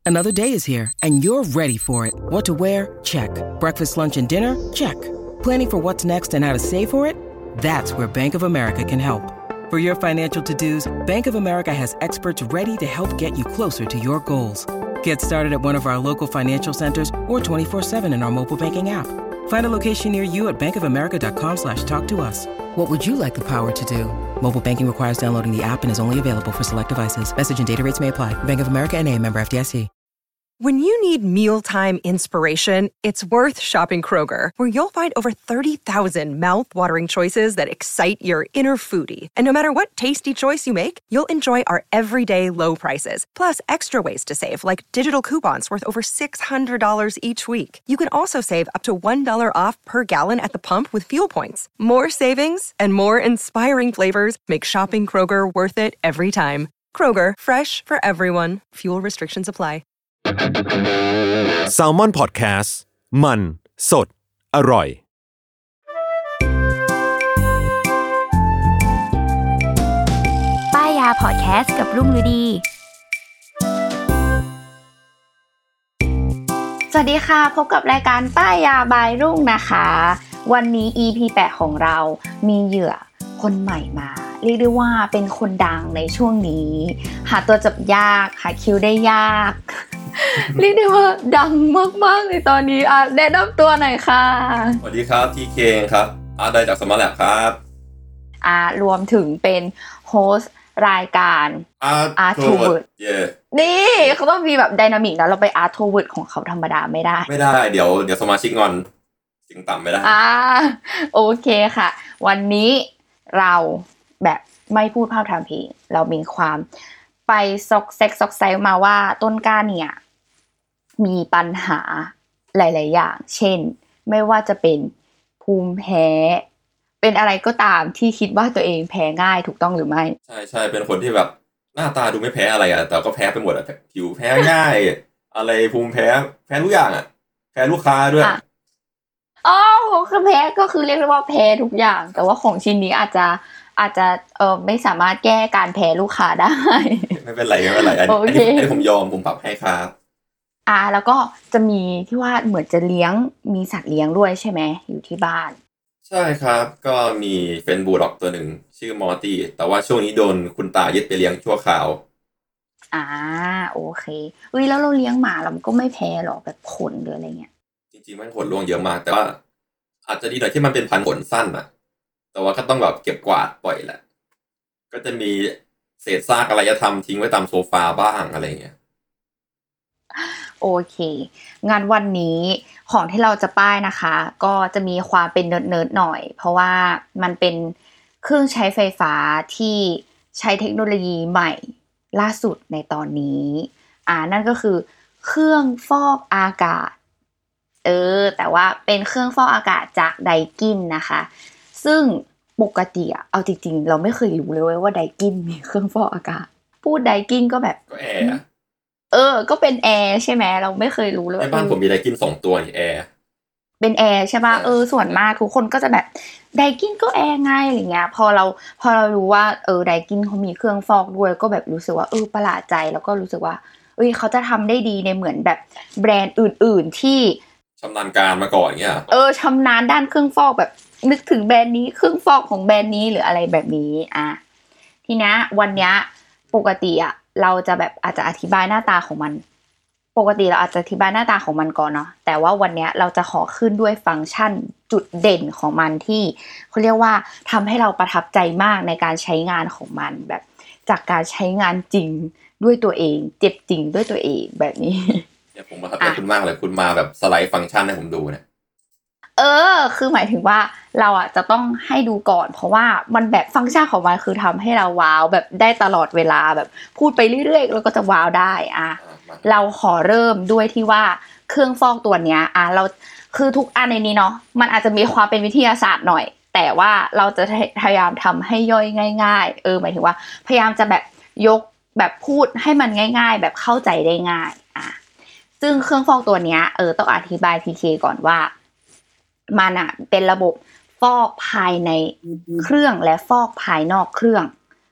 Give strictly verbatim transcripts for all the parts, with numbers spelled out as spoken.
Another day is here, and you're ready for it. What to wear? Check. Breakfast, lunch, and dinner? Check. Planning for what's next and how to save for it? That's where Bank of America can help. For your financial to-dos, Bank of America has experts ready to help get you closer to your goals. Get started at one of our local financial centers or twenty-four seven in our mobile banking app. Find a location near you at bankofamerica.com slash talk to us. What would you like the power to do? Mobile banking requires downloading the app and is only available for select devices. Message and data rates may apply. Bank of America N A, member F D I C. When you need mealtime inspiration, it's worth shopping Kroger, where you'll find over thirty thousand mouth-watering choices that excite your inner foodie. And no matter what tasty choice you make, you'll enjoy our everyday low prices, plus extra ways to save, like digital coupons worth over six hundred dollars each week. You can also save up to one dollar off per gallon at the pump with fuel points. More savings and more inspiring flavors make shopping Kroger worth it every time. Kroger, fresh for everyone. Fuel restrictions apply. Salmon Podcast มันสดอร่อยป้ายยาพอดแคสต์กับรุ่งฤดีสวัสดีค่ะพบกับรายการป้ายยาบายรุ่งนะคะวันนี้ อี พี แปดของเรามีเหยื่อคนใหม่มาเรียกได้ว่าเป็นคนดังในช่วงนี้หาตัวจับยากหาคิวได้ยากเรียกได้ว่าดังมากๆในตอนนี้อ่ะแนะนำตัวหน่อยค่ะสวัสดีครับทีเคครับอาร์ตได้จากสมาร์ทแลบครับอ่ารวมถึงเป็นโฮสต์รายการอาร์ทเวิร์ดเย่นี่เขาต้องมีแบบไดนามิกนะเราไปอาร์ทเวิร์ดของเขาธรรมดาไม่ได้ไม่ได้เดี๋ยวเดี๋ยวสมาชิกงอนเสียงต่ำไม่ได้อ่าโอเคค่ะวันนี้เราแบบไม่พูดพร่ำทำเพลงเรามีความไปซอกแซกซอกแซกมาว่าต้นกล้าเนี่ยมีปัญหาหลายๆอย่างเช่นไม่ว่าจะเป็นภูมิแพ้เป็นอะไรก็ตามที่คิดว่าตัวเองแพ้ง่ายถูกต้องหรือไม่ใช่ๆเป็นคนที่แบบหน้าตาดูไม่แพ้อะไรอ่ะแต่ก็แพ้ไปหมดอ่ะผิวแพ้ง่ายอะไรภูมิแพ้แพ้ทุกอย่างอ่ะแพ้ลูกค้าด้วยอ๋อคือแพ้ก็คือเรียกได้ว่าแพ้ทุกอย่างแต่ว่าของชิ้นนี้อาจจะอาจจะเออไม่สามารถแก้การแพ้ลูกค้าได้ไม่เป็นไรไม่เป็นไรอันนี้อันนี้ผมยอมผมปรับให้ครับอ่าแล้วก็จะมีที่ว่าเหมือนจะเลี้ยงมีสัตว์เลี้ยงด้วยใช่ไหมอยู่ที่บ้านใช่ครับก็มีเฟนบูลด็อกตัวหนึ่งชื่อมอร์ตี้แต่ว่าช่วงนี้โดนคุณตายึดไปเลี้ยงชั่วคราวอ่าโอเคเฮ้ยแล้วเราเลี้ยงหมาเราก็ไม่แพ้หรอแบบขนหรืออะไรเงี้ยจริงๆมันขนร่วงเยอะมากแต่ว่าอาจจะดีหน่อยที่มันเป็นพันธุ์ขนสั้นอะแต่ว่าก็ต้องแบบเก็บกวาดปล่อยแหละก็จะมีเศษซากอารยธรรมทิ้งไว้ตามโซฟาบ้างอะไรเงี้ยโอเคงานวันนี้ของที่เราจะป้ายนะคะก็จะมีความเป็นเนิร์ดๆหน่อยเพราะว่ามันเป็นเครื่องใช้ไฟฟ้าที่ใช้เทคโนโลยีใหม่ล่าสุดในตอนนี้อ่านั่นก็คือเครื่องฟอกอากาศเออแต่ว่าเป็นเครื่องฟอกอากาศจากไดกินนะคะซึ่งปกติอะเอาจริงๆเราไม่เคยรู้เลยว่าไดกินมีเครื่องฟอกอากาศพูดไดกินก็แบบก็แอร์เออก็เป็นแอร์ใช่ไหมเราไม่เคยรู้เลยในบ้านผมมีไดกินสองตัวนี่แอร์เป็นแอร์ใช่ป่ะเออส่วนมากทุกคนก็จะแบบไดกินก็แอร์ง่ายอะไรเงี้ยพอเราพอเรารู้ว่าเออไดกินเขามีเครื่องฟอกด้วยก็แบบรู้สึกว่าเออประหลาดใจแล้วก็รู้สึกว่าเอ้ยเขาจะทำได้ดีในเหมือนแบบแบรนด์อื่นๆที่ชำนาญการมาก่อนเงี้ยเออชำนาญด้านเครื่องฟอกแบบนึกถึงแบรนด์นี้เครื่องฟอกของแบรนด์นี้หรืออะไรแบบนี้อ่ะทีนี้วันนี้ปกติอ่ะเราจะแบบอาจจะอธิบายหน้าตาของมันปกติเราอาจจะอธิบายหน้าตาของมันก่อนเนาะแต่ว่าวันนี้เราจะขอขึ้นด้วยฟังก์ชันจุดเด่นของมันที่เขาเรียกว่าทำให้เราประทับใจมากในการใช้งานของมันแบบจากการใช้งานจริงด้วยตัวเองเจ็บจริงด้วยตัวเองแบบนี้เนี่ยผมประทับใจคุณมากเลยคุณมาแบบสไลด์ฟังก์ชันให้ผมดูเนี่ยเออคือหมายถึงว่าเราอ่ะจะต้องให้ดูก่อนเพราะว่ามันแบบฟังก์ชันของมันคือทำให้เราว้าวแบบได้ตลอดเวลาแบบพูดไปเรื่อยๆแล้วก็จะว้าวได้อ่ะเราขอเริ่มด้วยที่ว่าเครื่องฟอกตัวเนี้ยอ่ะเราคือทุกอันในนี้เนาะมันอาจจะมีความเป็นวิทยาศาสตร์หน่อยแต่ว่าเราจะพยายามทำให้ย่อยง่ายๆเออหมายถึงว่าพยายามจะแบบยกแบบพูดให้มันง่ายๆแบบเข้าใจได้ง่ายอ่ะซึ่งเครื่องฟอกตัวเนี้ยเออต้องอธิบาย พี เค ก่อนว่ามันอ่ะเป็นระบบฟอกภายในเครื่องและฟอกภายนอกเครื่อง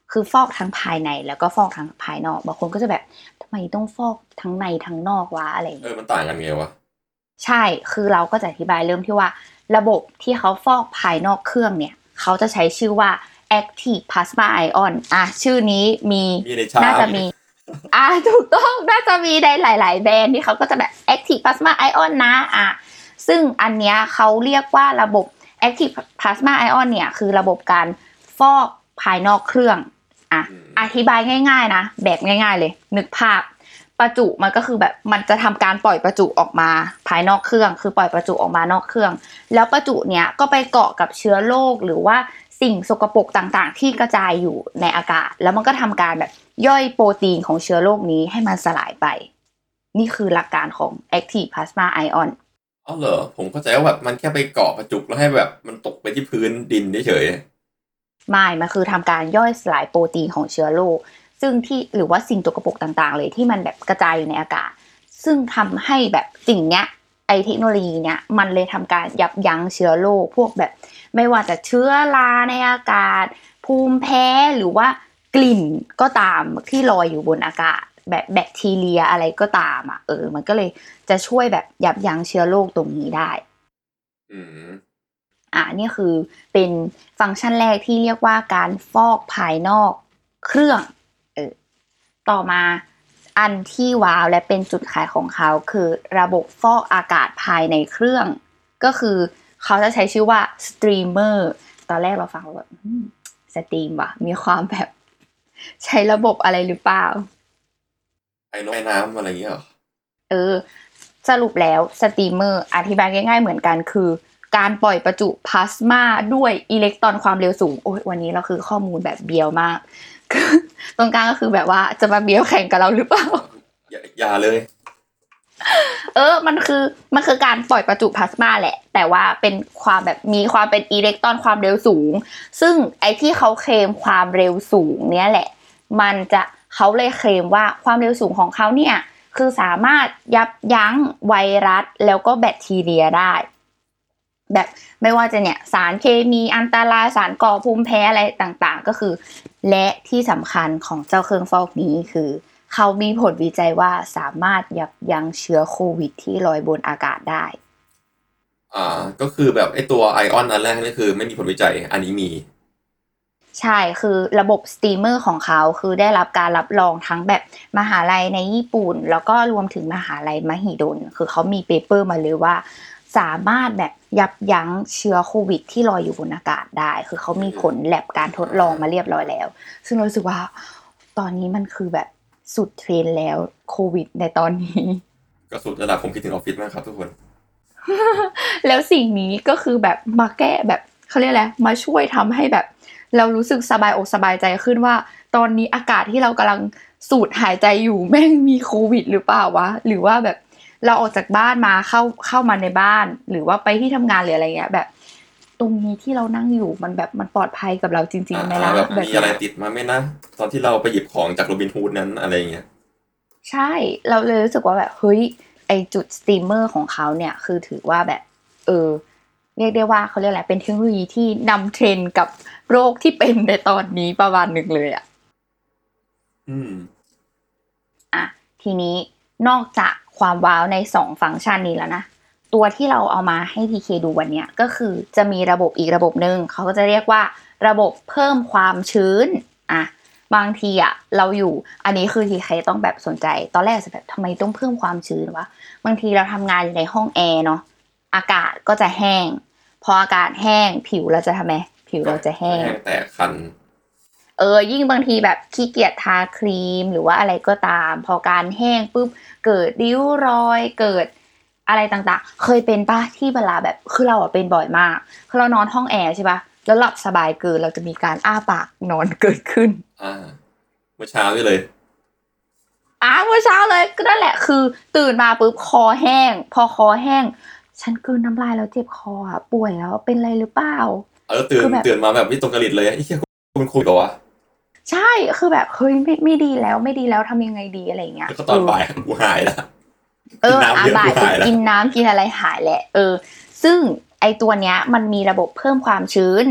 คือฟอกทั้งภายในแล้วก็ฟอกทั้งภายนอกบางคนก็จะแบบทำไมต้องฟอกทั้งในทั้งนอกวะอะไรอย่างเงี้ยเออมันต่างกันไงวะใช่คือเราก็จะอธิบายเริ่มที่ว่าระบบที่เขาฟอกภายนอกเครื่องเนี่ยเขาจะใช้ชื่อว่า Active Plasma Ion อ่ะชื่อนี้มีน่าจะมีอ่ะถูกต้องน่าจะมีในหลายๆแบรนด์ที่เขาก็จะแบบ Active Plasma Ion นะอ่ะซึ่งอันเนี้ยเขาเรียกว่าระบบ Active Plasma Ion เนี่ยคือระบบการฟอกภายนอกเครื่องอ่ะอธิบายง่ายๆนะแบบง่ายๆเลยนึกภาพประจุมันก็คือแบบมันจะทำการปล่อยประจุออกมาภายนอกเครื่องคือปล่อยประจุออกมานอกเครื่องแล้วประจุเนี้ยก็ไปเกาะกับเชื้อโรคหรือว่าสิ่งสกปรกต่างๆที่กระจายอยู่ในอากาศแล้วมันก็ทำการแบบย่อยโปรตีนของเชื้อโรคนี้ให้มันสลายไปนี่คือหลักการของ Active Plasma Ion อ๋อเหรอผมเข้าใจว่าแบบมันแค่ไปเกาะประจุแล้วให้แบบมันตกไปที่พื้นดินเฉยๆไม่มันคือทำการย่อยสลายโปรตีนของเชื้อโรคซึ่งที่หรือว่าสิ่งสกปรกต่างๆเลยที่มันแบบกระจายอยู่ในอากาศซึ่งทำให้แบบสิ่งเนี้ยไอเทคโนโลยีเนี้ยมันเลยทำการยับยั้งเชื้อโรคพวกแบบไม่ว่าจะเชื้อราในอากาศภูมิแพ้หรือว่ากลิ่นก็ตามที่ลอยอยู่บนอากาศแบบแบคทีเรียอะไรก็ตามอ่ะเออมันก็เลยจะช่วยแบบยับยั้งเชื้อโรคตรงนี้ได้อืมอ่ะนี่คือเป็นฟังก์ชันแรกที่เรียกว่าการฟอกภายนอกเครื่องเออต่อมาอันที่ว้าวและเป็นจุดขายของเขาคือระบบฟอกอากาศภายในเครื่องก็คือเขาจะใช้ชื่อว่าสตรีมเมอร์ตอนแรกเราฟังแบบสตรีมว่ะมีความแบบใช้ระบบอะไรหรือเปล่าไอ้น้ำน้ำอะไรอย่างเงี้ยหรอเออสรุปแล้วสตรีมเมอร์อธิบายง่ายๆเหมือนกันคือการปล่อยประจุพลาสมาด้วยอิเล็กตรอนความเร็วสูงโอ้ยวันนี้เราคือข้อมูลแบบเบียวมากตรงกลางก็คือแบบว่าจะมาเบียวแข่งกับเราหรือเปล่าอย่าอย่าเลยเออมันคือมันคือการปล่อยประจุพลาสมาแหละแต่ว่าเป็นความแบบมีความเป็นอิเล็กตรอนความเร็วสูงซึ่งไอ้ที่เขาเคลมความเร็วสูงเนี้ยแหละมันจะเขาเลยเคลมว่าความเร็วสูงของเขาเนี่ยคือสามารถยับยั้งไวรัสแล้วก็แบคทีเรียได้แบบไม่ว่าจะเนี่ยสารเคมีอันตรายสารก่อภูมิแพ้อะไรต่างๆก็คือและที่สำคัญของเจ้าเครื่องฟอกนี้คือเขามีผลวิจัยว่าสามารถยับยั้งเชื้อโควิดที่ลอยบนอากาศได้อ่าก็คือแบบไอ้ตัวไอออนอันแรกนี่คือไม่มีผลวิจัยอันนี้มีใช่คือระบบสตรีมเมอร์ของเขาคือได้รับการรับรองทั้งแบบมหาลัยในญี่ปุ่นแล้วก็รวมถึงมหาลัยมหิดลคือเขามีเปเปอร์มาเลยว่าสามารถแบบยับยั้งเชื้อโควิดที่ลอยอยู่บนอากาศได้คือเขามีผลแลบการทดลองมาเรียบร้อยแล้วซึ่งเรารู้สึกว่าตอนนี้มันคือแบบสุดเทรนด์แล้วโควิดในตอนนี้ก็สุดระดับผมคิดถึงออฟฟิศมากครับทุกคนแล้วสิ่งนี้ก็คือแบบมาแก้แบบเขาเรียกอะไรมาช่วยทำให้แบบเรารู้สึกสบายอกสบายใจขึ้นว่าตอนนี้อากาศที่เรากำลังสูดหายใจอยู่แม่งมีโควิดหรือเปล่าวะหรือว่าแบบเราออกจากบ้านมาเข้าเข้ามาในบ้านหรือว่าไปที่ทำงานหรืออะไรเงี้ยแบบตรงนี้ที่เรานั่งอยู่มันแบบมันปลอดภัยกับเราจริงๆไหมล่ะแบบมีอะไรติดมาไหมนะตอนที่เราไปหยิบของจากโรบินฮูดนั้นอะไรเงี้ยใช่เราเลยรู้สึกว่าแบบเฮ้ยไอจุดสตรีมเมอร์ของเขาเนี่ยคือถือว่าแบบเออเรียกได้ว่าเขาเรียกอะไรเป็นเทคโนโลยีที่นำเทรนด์กับโรคที่เป็นในตอนนี้ประมาณหนึ่งเลยอ่ะอืมอ่ะทีนี้นอกจากความว้าวในสองฟังก์ชันนี้แล้วนะตัวที่เราเอามาให้ ที เค ดูวันนี้ก็คือจะมีระบบอีกระบบนึงเขาก็จะเรียกว่าระบบเพิ่มความชื้นอ่ะบางทีอ่ะเราอยู่อันนี้คือ ที เค ต้องแบบสนใจตอนแรกจะแบบทำไมต้องเพิ่มความชื้นวะบางทีเราทำงานอยู่ในห้องแอร์เนาะอากาศก็จะแห้งพออากาศแห้งผิวเราจะทำไมผิวเราจะแห้งแตกคันเออยิ่งบางทีแบบขี้เกียจทาครีมหรือว่าอะไรก็ตามพอการแห้งปุ๊บเกิดริ้วรอยเกิดอะไรต่างๆเคยเป็นป่ะที่เวลาแบบคือเราอ่ะเป็นบ่อยมากคือเรานอนห้องแอร์ใช่ป่ะแล้วหลับสบายเกินเราจะมีการอ้าปากนอนเกิดขึ้นอ่าเมื่อเช้านี่เลยอ้าเมื่อเช้าเลยก็นั่นแหละคือตื่นมาปุ๊บคอแห้งพอคอแห้งฉันกลืนน้ำลายแล้วเจ็บคออ่ะป่วยแล้วเป็นอะไรหรือเปล่าเออตื่นตื่นมาแบบวิตกจริตเลยไอ้เหี้ยคุณคุยกับวะใช่คือแบบเฮ้ยไม่ไม่ดีแล้วไม่ดีแล้วทำยังไงดีอะไรเงี้ยแล้วก็ตอนบ่ายกูหายแล้วเอออ่ะบ่ายกินน้ำกินอะไรหายแหละเออซึ่งไอตัวเนี้ยมันมีระบบเพิ่มความชื้น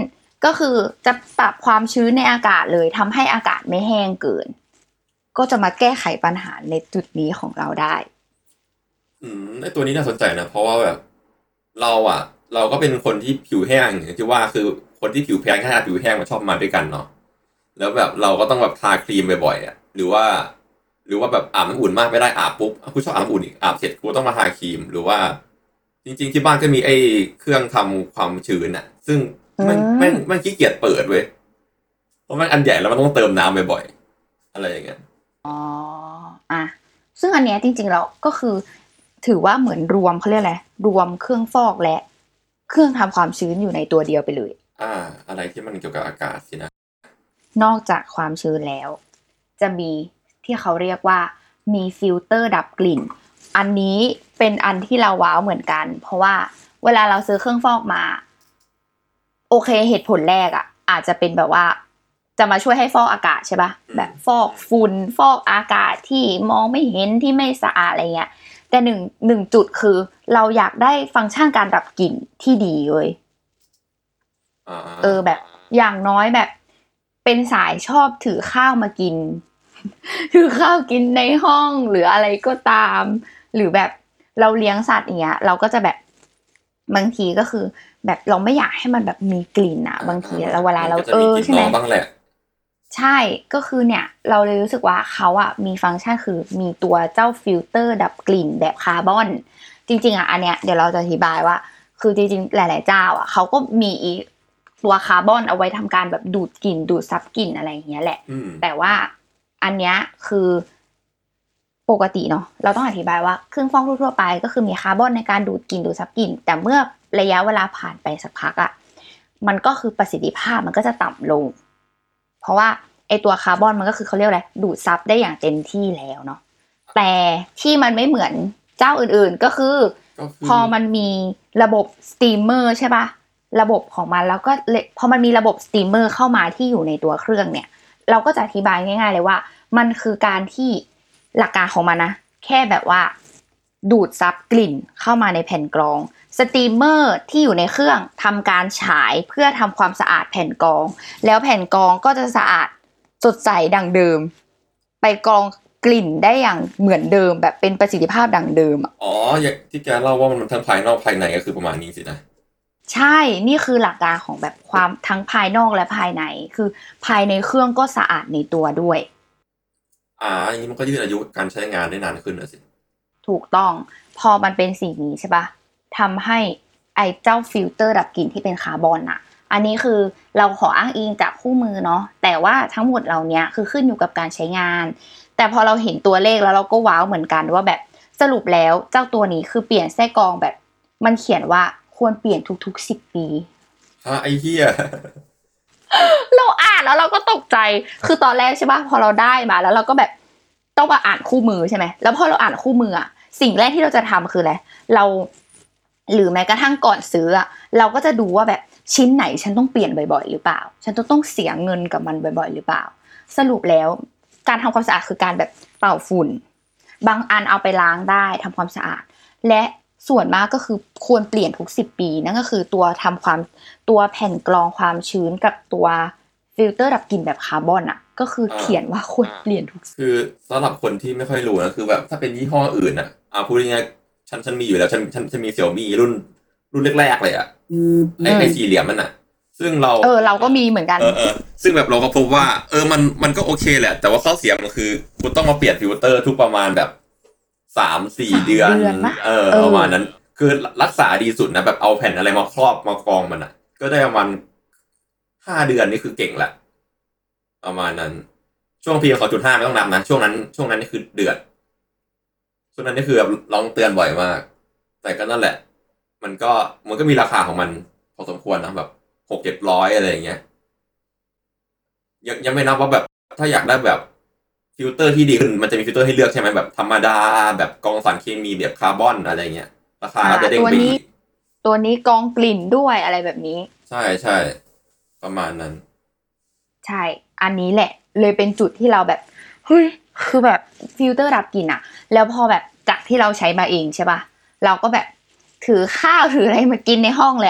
ก็คือจะปรับความชื้นในอากาศเลยทำให้อากาศไม่แห้งเกินก็จะมาแก้ไขปัญหาในจุดนี้ของเราได้อืมไอ้ตัวนี้น่าสนใจนะเพราะว่าแบบเราอ่ะเราก็เป็นคนที่ผิวแห้งอย่างที่ว่าคือคนที่ผิวแพ้ง่ายผิวแห้งมันชอบมาด้วยกันเนาะแล้วแบบเราก็ต้องแบบทาครีมบ่อยๆอ่ะหรือว่าหรือว่าแบบอาบน้ำอุ่นมากไม่ได้อาบปุ๊บกูชอบอาบน้ำอุ่นอีกอาบเสร็จกูต้องมาทาครีมหรือว่าจริงๆที่บ้านก็มีไอ้เครื่องทำความชื้นอ่ะซึ่งมันไม่ไม่ขี้เกียจเปิดเว้ยเพราะมันอันใหญ่แล้วมันต้องเติมน้ำบ่อยๆอะไรอย่างเงี้ยอ๋ออ่ะซึ่งอันเนี้ยจริงๆแล้วก็คือถือว่าเหมือนรวมเขาเรียกอะไรรวมเครื่องฟอกและเครื่องทำความชื้นอยู่ในตัวเดียวไปเลยอ่าอะไรที่มันเกี่ยวกับอากาศสินะนอกจากความชื้นแล้วจะมีที่เขาเรียกว่ามีฟิลเตอร์ดับกลิ่นอันนี้เป็นอันที่เราว้าวเหมือนกันเพราะว่าเวลาเราซื้อเครื่องฟอกมาโอเคเหตุผลแรกอ่ะอาจจะเป็นแบบว่าจะมาช่วยให้ฟอกอากาศใช่ป่ะแบบฟอกฝุ่นฟอกอากาศที่มองไม่เห็นที่ไม่สะอาดอะไรเงี้ยแต่หนึ่งหนึ่งจุดคือเราอยากได้ฟังก์ชันการดับกลิ่นที่ดีเว้ยเออแบบอย่างน้อยแบบเป็นสายชอบถือข้าวมากินถือข้าวกินในห้องหรืออะไรก็ตามหรือแบบเราเลี้ยงสัตว์อย่างเงี้ยเราก็จะแบบบางทีก็คือแบบเราไม่อยากให้มันแบบมีกลิ่นอ่ะบางทีเราเวลาเราเออใช่ไหมใช่ก็คือเนี่ยเราเลยรู้สึกว่าเขาอ่ะมีฟังก์ชันคือมีตัวเจ้าฟิลเตอร์ดับกลิ่นแบบคาร์บอนจริงๆอ่ะอันเนี้ยเดี๋ยวเราจะอธิบายว่าคือจริงๆหลายๆเจ้าอ่ะเขาก็มีตัวคาร์บอนเอาไว้ทำการแบบดูดกลิ่นดูดซับกลิ่นอะไรอย่างเงี้ยแหละแต่ว่าอันเนี้ยคือปกติเนาะเราต้องอธิบายว่าเครื่องฟอกทั่วไปก็คือมีคาร์บอนในการดูดกลิ่นดูดซับกลิ่นแต่เมื่อระยะเวลาผ่านไปสักพักอ่ะมันก็คือประสิทธิภาพมันก็จะต่ำลงเพราะว่าไอตัวคาร์บอนมันก็คือเขาเรียกอะไรดูดซับได้อย่างเต็มที่แล้วเนาะแต่ที่มันไม่เหมือนเจ้าอื่นๆก็คือพอมันมีระบบสตีมเมอร์ใช่ป่ะระบบของมันแล้วก็พอมันมีระบบสตีมเมอร์เข้ามาที่อยู่ในตัวเครื่องเนี่ยเราก็จะอธิบายง่ายๆเลยว่ามันคือการที่หลักการของมันนะแค่แบบว่าดูดซับกลิ่นเข้ามาในแผ่นกรองสตีมเมอร์ที่อยู่ในเครื่องทำการฉายเพื่อทำความสะอาดแผ่นกรองแล้วแผ่นกรองก็จะสะอาดสดใสดังเดิมไปกรองกลิ่นได้อย่างเหมือนเดิมแบบเป็นประสิทธิภาพดังเดิมอ๋ออย่างที่แกเล่าว่ามันทั้งภายนอกภายในก็คือประมาณนี้สินะใช่นี่คือหลักการของแบบความทั้งภายนอกและภายในคือภายในเครื่องก็สะอาดในตัวด้วยอ่าอย่างนี้มันก็ยืดอายุการใช้งานได้นานขึ้นนะสิถูกต้องพอมันเป็นสิ่งนี้ใช่ปะทำให้ไอ้เจ้าฟิลเตอร์ดับกลิ่นที่เป็นคาร์บอนอะอันนี้คือเราขออ้างอิงจากคู่มือเนาะแต่ว่าทั้งหมดเหล่านี้คือขึ้นอยู่กับการใช้งานแต่พอเราเห็นตัวเลขแล้วเราก็ว้าวเหมือนกันว่าแบบสรุปแล้วเจ้าตัวนี้คือเปลี่ยนไส้กรองแบบมันเขียนว่าควรเปลี่ยนทุกๆสิบปีฮะไอ้เหี้ยเราอ่านแล้วเราก็ตกใจคือตอนแรกใช่ป่ะพอเราได้มาแล้วเราก็แบบต้องมาอ่านคู่มือใช่ไหมแล้วพอเราอ่านคู่มืออ่ะสิ่งแรกที่เราจะทำคืออะไรเราหรือแม้กระทั่งก่อนซื้ออ่ะเราก็จะดูว่าแบบชิ้นไหนฉันต้องเปลี่ยนบ่อยๆหรือเปล่าฉันต้องต้องเสียเงินกับมันบ่อยๆหรือเปล่าสรุปแล้วการทำความสะอาดคือการแบบเป่าฝุ่นบางอันเอาไปล้างได้ทำความสะอาดและส่วนมากก็คือควรเปลี่ยนทุกสิบปีนั่นก็คือตัวทำความตัวแผ่นกรองความชื้นกับตัวฟิลเตอร์ดับกลิ่นแบบคาร์บอนอ่ะก็คือเขียนว่าควรเปลี่ยนทุกคือสำหรับคนที่ไม่ค่อยรู้นะคือแบบถ้าเป็นยี่ห้ออื่นอ่ะอ่าพูดง่ายๆฉันฉันมีอยู่แล้วฉันฉันฉันมี Xiaomi รุ่นรุ่นแรกๆเลยอ่ะไอ้ไอ้สี่เหลี่ยมมันอ่ะซึ่งเราเออเราก็มีเหมือนกันเออเออซึ่งแบบเราก็พบว่าเออมันมันก็โอเคแหละแต่ว่าข้อเสียมันคือคุณต้องมาเปลี่ยนฟิลเตอร์ทุกประมาณแบบสามสี่เดือนเออประมาณนั้นคือรักษาดีสุดนะแบบเอาแผ่นอะไรมาครอบมากองมันอ่ะก็ได้ประมาณห้าเดือนนี่คือเก่งละประมาณนั้นช่วง พี เอ็ม สองจุดห้า ไม่ต้องนับนะช่วงนั้นช่วงนั้นนี่คือเดือดช่วงนั้นนี่คือแบบร้องเตือนบ่อยมากแต่ก็นั่นแหละมันก็มันก็มีราคาของมันพอสมควรนะแบบหกเจ็ดร้อยอะไรอย่างเงี้ยยังยังไม่นับว่าแบบถ้าอยากได้แบบฟิลเตอร์ที่ดีขึ้นมันจะมีฟิลเตอร์ให้เลือกใช่ไหมแบบธรรมดาแบบกรองสารเคมีแบบคาร์บอนอะไรเงี้ยราคาก็จะเด้งไปอีกตัวนี้กรองกลิ่นด้วยอะไรแบบนี้ใช่ใช่ประมาณนั้นใช่อันนี้แหละเลยเป็นจุดที่เราแบบเฮ้ยคือแบบฟิลเตอร์ดับกลิ่นอะแล้วพอแบบจากที่เราใช้มาเองใช่ป่ะเราก็แบบถือข้าวถืออะไรมากินในห้องเลยอะ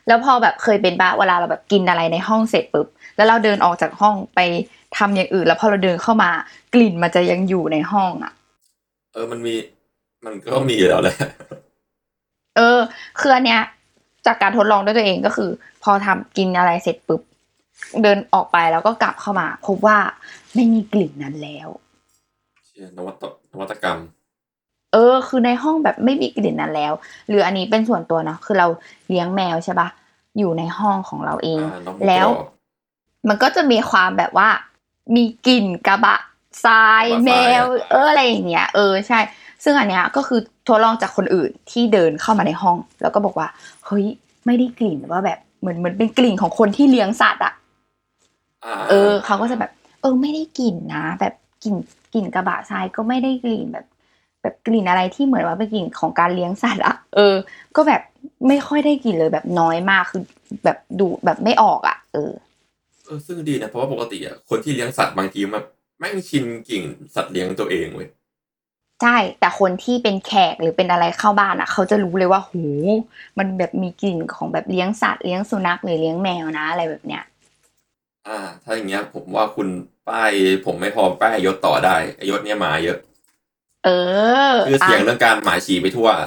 แล้วพอแบบเคยเป็นป่ะเวลาเราแบบกินอะไรในห้องเสร็จปุ๊บแล้วเราเดินออกจากห้องไปทำอย่างอื่นแล้วพอเราเดินเข้ามากลิ่นมันจะยังอยู่ในห้องอ่ะเออมันมีมันก็มีอยู่แล้วแหละเออคืออันเนี้ยจากการทดลองด้วยตัวเองก็คือพอทำกินอะไรเสร็จปุ๊บเดินออกไปแล้วก็กลับเข้ามาพบว่าไม่มีกลิ่นนั้นแล้วเชี่ยนวัตนวัตกรรมเออคือในห้องแบบไม่มีกลิ่นนั้นแล้วหรืออันนี้เป็นส่วนตัวเนาะคือเราเลี้ยงแมวใช่ปะอยู่ในห้องของเราเองแล้วมันก็จะมีความแบบว่ามีกลิ่นกระบะทรายแมวเอออะไรอย่างเงี้ยเออใช่ซึ่งอันเนี้ยก็คือทดลองจากคนอื่นที่เดินเข้ามาในห้องแล้วก็บอกว่าเฮ้ยไม่ได้กลิ่นว่าแบบเหมือนเหมือนเป็นกลิ่นของคนที่เลี้ยงสัตว์อ่ะเออเขาก็จะแบบเออไม่ได้กลิ่นนะแบบกลิ่นกลิ่นกระบะทรายก็ไม่ได้กลิ่นแบบแบบกลิ่นอะไรที่เหมือนว่าเป็นกลิ่นของการเลี้ยงสัตว์อ่ะเออก็แบบไม่ค่อยได้กลิ่นเลยแบบน้อยมากคือแบบดูแบบไม่ออกอ่ะเออเออซึ่งดีนะเพราะว่าปกติอ่ะคนที่เลี้ยงสัตว์บางทีมันแม่งชินกลิ่นสัตว์เลี้ยงตัวเองเว้ยใช่แต่คนที่เป็นแขกหรือเป็นอะไรเข้าบ้านอ่ะเขาจะรู้เลยว่าโหมันแบบมีกลิ่นของแบบเลี้ยงสัตว์เลี้ยงสุนัขหรือเลี้ยงแมวนะอะไรแบบเนี้ยอ่าถ้าอย่างเงี้ยผมว่าคุณป้ายผมไม่พอป้ายยศต่อได้ยศเนี้ยมาเยอะเออคือเสียงเรื่องการหมาฉี่ไปทั่ว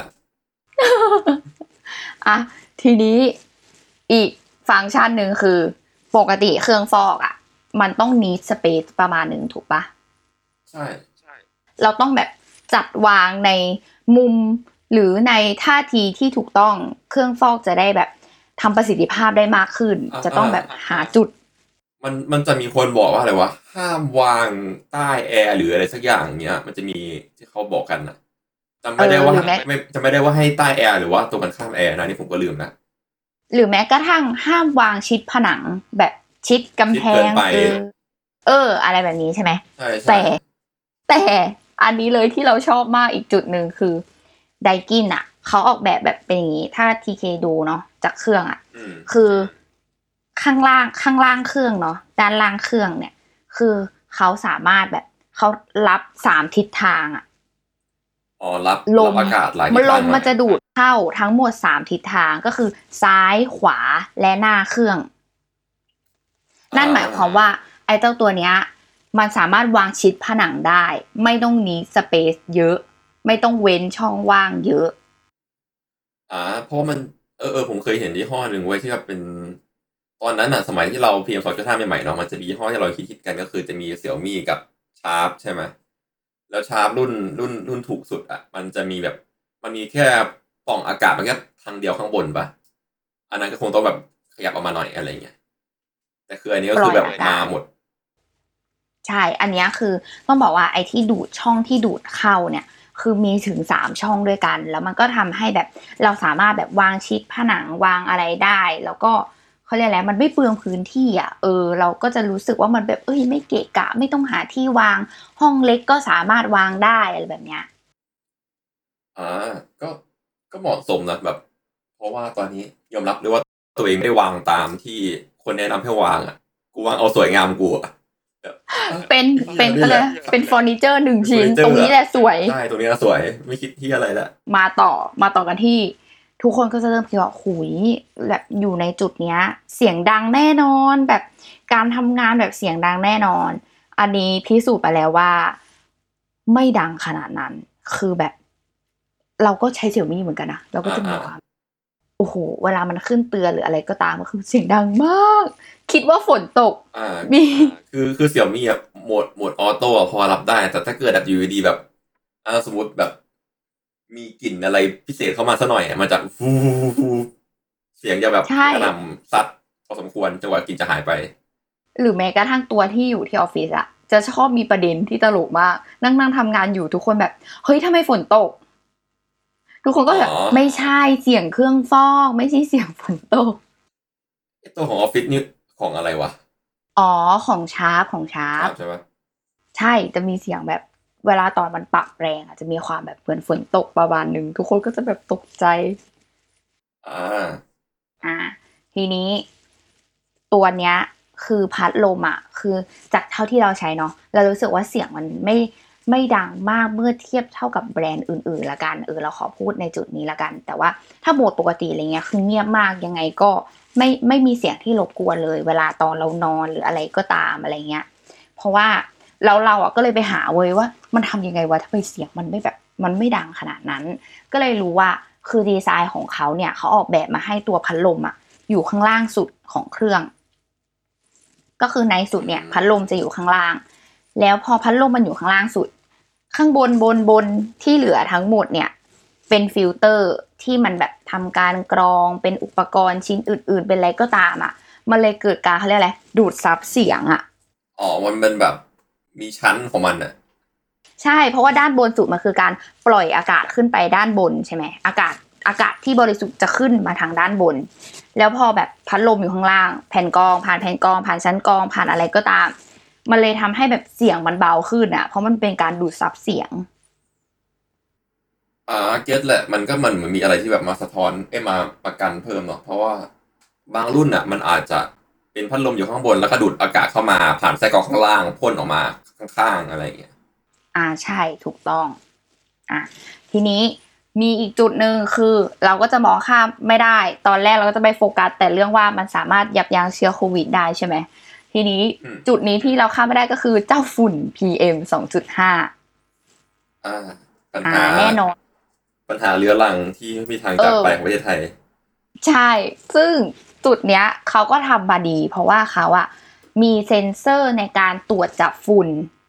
อ่ะทีนี้อีกฟังก์ชันหนึ่งคือปกติเครื่องฟอกอ่ะมันต้อง need space ประมาณนึงถูกปะใช่เราต้องแบบจัดวางในมุมหรือในท่าทีที่ถูกต้องเครื่องฟอกจะได้แบบทำประสิทธิภาพได้มากขึ้นจะต้องแบบหาจุดมันมันจะมีคนบอกว่าอะไรวะห้ามวางใต้แอร์หรืออะไรสักอย่างเงี้ยมันจะมีที่เขาบอกกันนะจำไม่ได้ว่าไม่จำไม่ได้ว่าให้ใต้แอร์หรือว่าตรงกันข้ามแอร์นะนี่ผมก็ลืมนะหรือแม้กระทั่งห้ามวางชิดผนังแบบชิดกำแพงเออเอออะไรแบบนี้ใช่ไหมแต่แต่อันนี้เลยที่เราชอบมากอีกจุดหนึ่งคือไดกินอ่ะเขาออกแบบแบบเป็นอย่างนี้ถ้า ที เค ดูเนาะจากเครื่องอ่ะคือข้างล่างข้างล่างเครื่องเนาะด้านล่างเครื่องเนี่ยคือเขาสามารถแบบเขารับสามทิศทางอ่ะอ๋อรับลมอากาศไหลลมมันจะดูดเข้าทั้งหมดสามทิศทางก็คือซ้ายขวาและหน้าเครื่องนั่นหมายความว่าไอ้เจ้าตัวเนี้ยมันสามารถวางชิดผนังได้ไม่ต้องมีสเปซเยอะไม่ต้องเว้นช่องว่างเยอะอ่าเพราะมันเออเออผมเคยเห็นยี่ห้อหนึ่งไว้ที่แบบเป็นตอนนั้นอ่ะสมัยที่เรา พี เอ็ม สองจุดห้า ใหม่ๆเนาะมันจะมียี่ห้อที่เราคิดๆกันก็คือจะมี Xiaomi กับ Sharp ใช่ไหมแล้วชาร์ปรุ่นรุ่นรุ่นถูกสุดอ่ะมันจะมีแบบมันมีแค่ปล่องอากาศมันแค่ทางเดียวข้างบนปะอันนั้นก็คงต้องแบบขยับออกมาหน่อยอะไรเงี้ยแต่คืออันนี้ก็คือแบบมาหมดใช่อันนี้คือต้องบอกว่าไอ้ที่ดูดช่องที่ดูดเข้าเนี่ยคือมีถึงสามช่องด้วยกันแล้วมันก็ทำให้แบบเราสามารถแบบวางชิดผนังวางอะไรได้แล้วก็เขาเรียกอะไรมันไม่เปลืองพื้นที่อ่ะเออเราก็จะรู้สึกว่ามันแบบเอ้ยไม่เกะกะไม่ต้องหาที่วางห้องเล็กก็สามารถวางได้อะไรแบบเนี้ยอ่าก็ก็เหมาะสมนะแบบเพราะว่าตอนนี้ยอมรับเลยว่าตัวเองไม่ได้วางตามที่คนแนะนำให้วางอ่ะกูวางเอาสวยงามกูอ่ะเป็นเป็นอะไรเป็นเฟอร์นิเจอร์หนึ่งชิ้นตรงนี้แหละสวยใช่ตรงนี้สวยไม่คิดที่อะไรละมาต่อมาต่อกันที่ทุกคนก็จะเริ่มคิดว่าหุยแบบอยู่ในจุดเนี้ยเสียงดังแน่นอนแบบการทำงานแบบเสียงดังแน่นอนอันนี้พิสูจน์ไปแล้วว่าไม่ดังขนาดนั้นคือแบบเราก็ใช้ Xiaomi เหมือนกันนะเราก็จะมีความโอ้โหเวลามันขึ้นเตือนหรืออะไรก็ตามก็คือเสียงดังมากคิดว่าฝนตกอ่ามีคือคือ Xiaomi อ่ะโหมดโหมดออโต้พอรับได้แต่ถ้าเกิดแบบอยู่ดีแบบอ่าสมมุติแบบมีกลิ่นอะไรพิเศษเข้ามาซะหน่อยมันจะฟูเสียงจะแบบกระหน่ำซัดพอสมควรจังหวะกลิ่นจะหายไปหรือแม้กระทั่งตัวที่อยู่ที่ออฟฟิศอะจะชอบมีประเด็นที่ตลกมากนั่งนั่งทำงานอยู่ทุกคนแบบเฮ้ยทำไมฝนตกทุกคนก็แบบไม่ใช่เสียงเครื่องฟอกไม่ใช่เสียงฝนตกตัวของออฟฟิศนี่ของอะไรวะอ๋อของชาร์ปของชาร์ปใช่ปะใช่จะมีเสียงแบบเวลาตอนมันปรับแรงอ่ะจะมีความแบบเหมือนฝนตกประมาณนึงทุกคนก็จะแบบตกใจอ่าอ่าทีนี้ตัวเนี้ยคือพัดลมอ่ะคือจากเท่าที่เราใช้เนาะเรารู้สึกว่าเสียงมันไม่ไม่ดังมากเมื่อเทียบเท่ากับแบรนด์อื่นๆละกันเออเราขอพูดในจุดนี้ละกันแต่ว่าถ้าโหมดปกติอะไรเงี้ยคือเงียบมากยังไงก็ไม่ไม่มีเสียงที่รบกวนเลยเวลาตอนเรานอนหรืออะไรก็ตามอะไรเงี้ยเพราะว่าเราเราอ่ะก็เลยไปหาเว้ยว่ามันทำยังไงวะทำไมเสียงมันไม่แบบมันไม่ดังขนาดนั้นก็เลยรู้ว่าคือดีไซน์ของเขาเนี่ยเขาออกแบบมาให้ตัวพัดลมอ่ะอยู่ข้างล่างสุดของเครื่องก็คือในสุดเนี่ยพัดลมจะอยู่ข้างล่างแล้วพอพัดลมมันอยู่ข้างล่างสุดข้างบนบนบนที่เหลือทั้งหมดเนี่ยเป็นฟิลเตอร์ที่มันแบบทำการกรองเป็นอุปกรณ์ชิ้นอื่นๆเป็นอะไรก็ตามอ่ะมันเลยเกิดการเขาเรียกอะไรดูดซับเสียงอ่ะอ๋อมันเป็นแบบมีชั้นของมันอ่ะใช่เพราะว่าด้านบนสุดมันคือการปล่อยอากาศขึ้นไปด้านบนใช่ไหมอากาศอากาศที่บริสุทธิ์จะขึ้นมาทางด้านบนแล้วพอแบบพัดลมอยู่ข้างล่างแผ่นกรองผ่านแผ่นกรองผ่านชั้นกรองผ่านอะไรก็ตามมันเลยทำให้แบบเสียงมันเบาขึ้นอ่ะเพราะมันเป็นการดูดซับเสียงอ่าเก็ตแหละมันก็มันเหมือนมีอะไรที่แบบมาสะท้อนเอ้มาประกันเพิ่มเนาะเพราะว่าบางรุ่นอ่ะมันอาจจะเป็นพัดลมอยู่ข้างบนแล้วก็ดูดอากาศเข้ามาผ่านไส้กรองข้างล่างพ่นออกมาข้างๆอะไรอย่างเงี้ยอ่าใช่ถูกต้องอ่ะทีนี้มีอีกจุดนึงคือเราก็จะมองข้ามไม่ได้ตอนแรกเราก็จะไปโฟกัสแต่เรื่องว่ามันสามารถยับยั้งเชื้อโควิดได้ใช่ไหมทีนี้จุดนี้ที่เราข้ามไม่ได้ก็คือเจ้าฝุ่น พี เอ็ม สองจุดห้าอ่าปัญหาแน่นอนปัญหาเรื้อรังที่ไม่มีทางจากไปของประเทศไทยใช่ซึ่งจุดเนี้ยเขาก็ทำมาดีเพราะว่าเขาอะมีเซ็นเซอร์ในการตรวจจับฝุ่น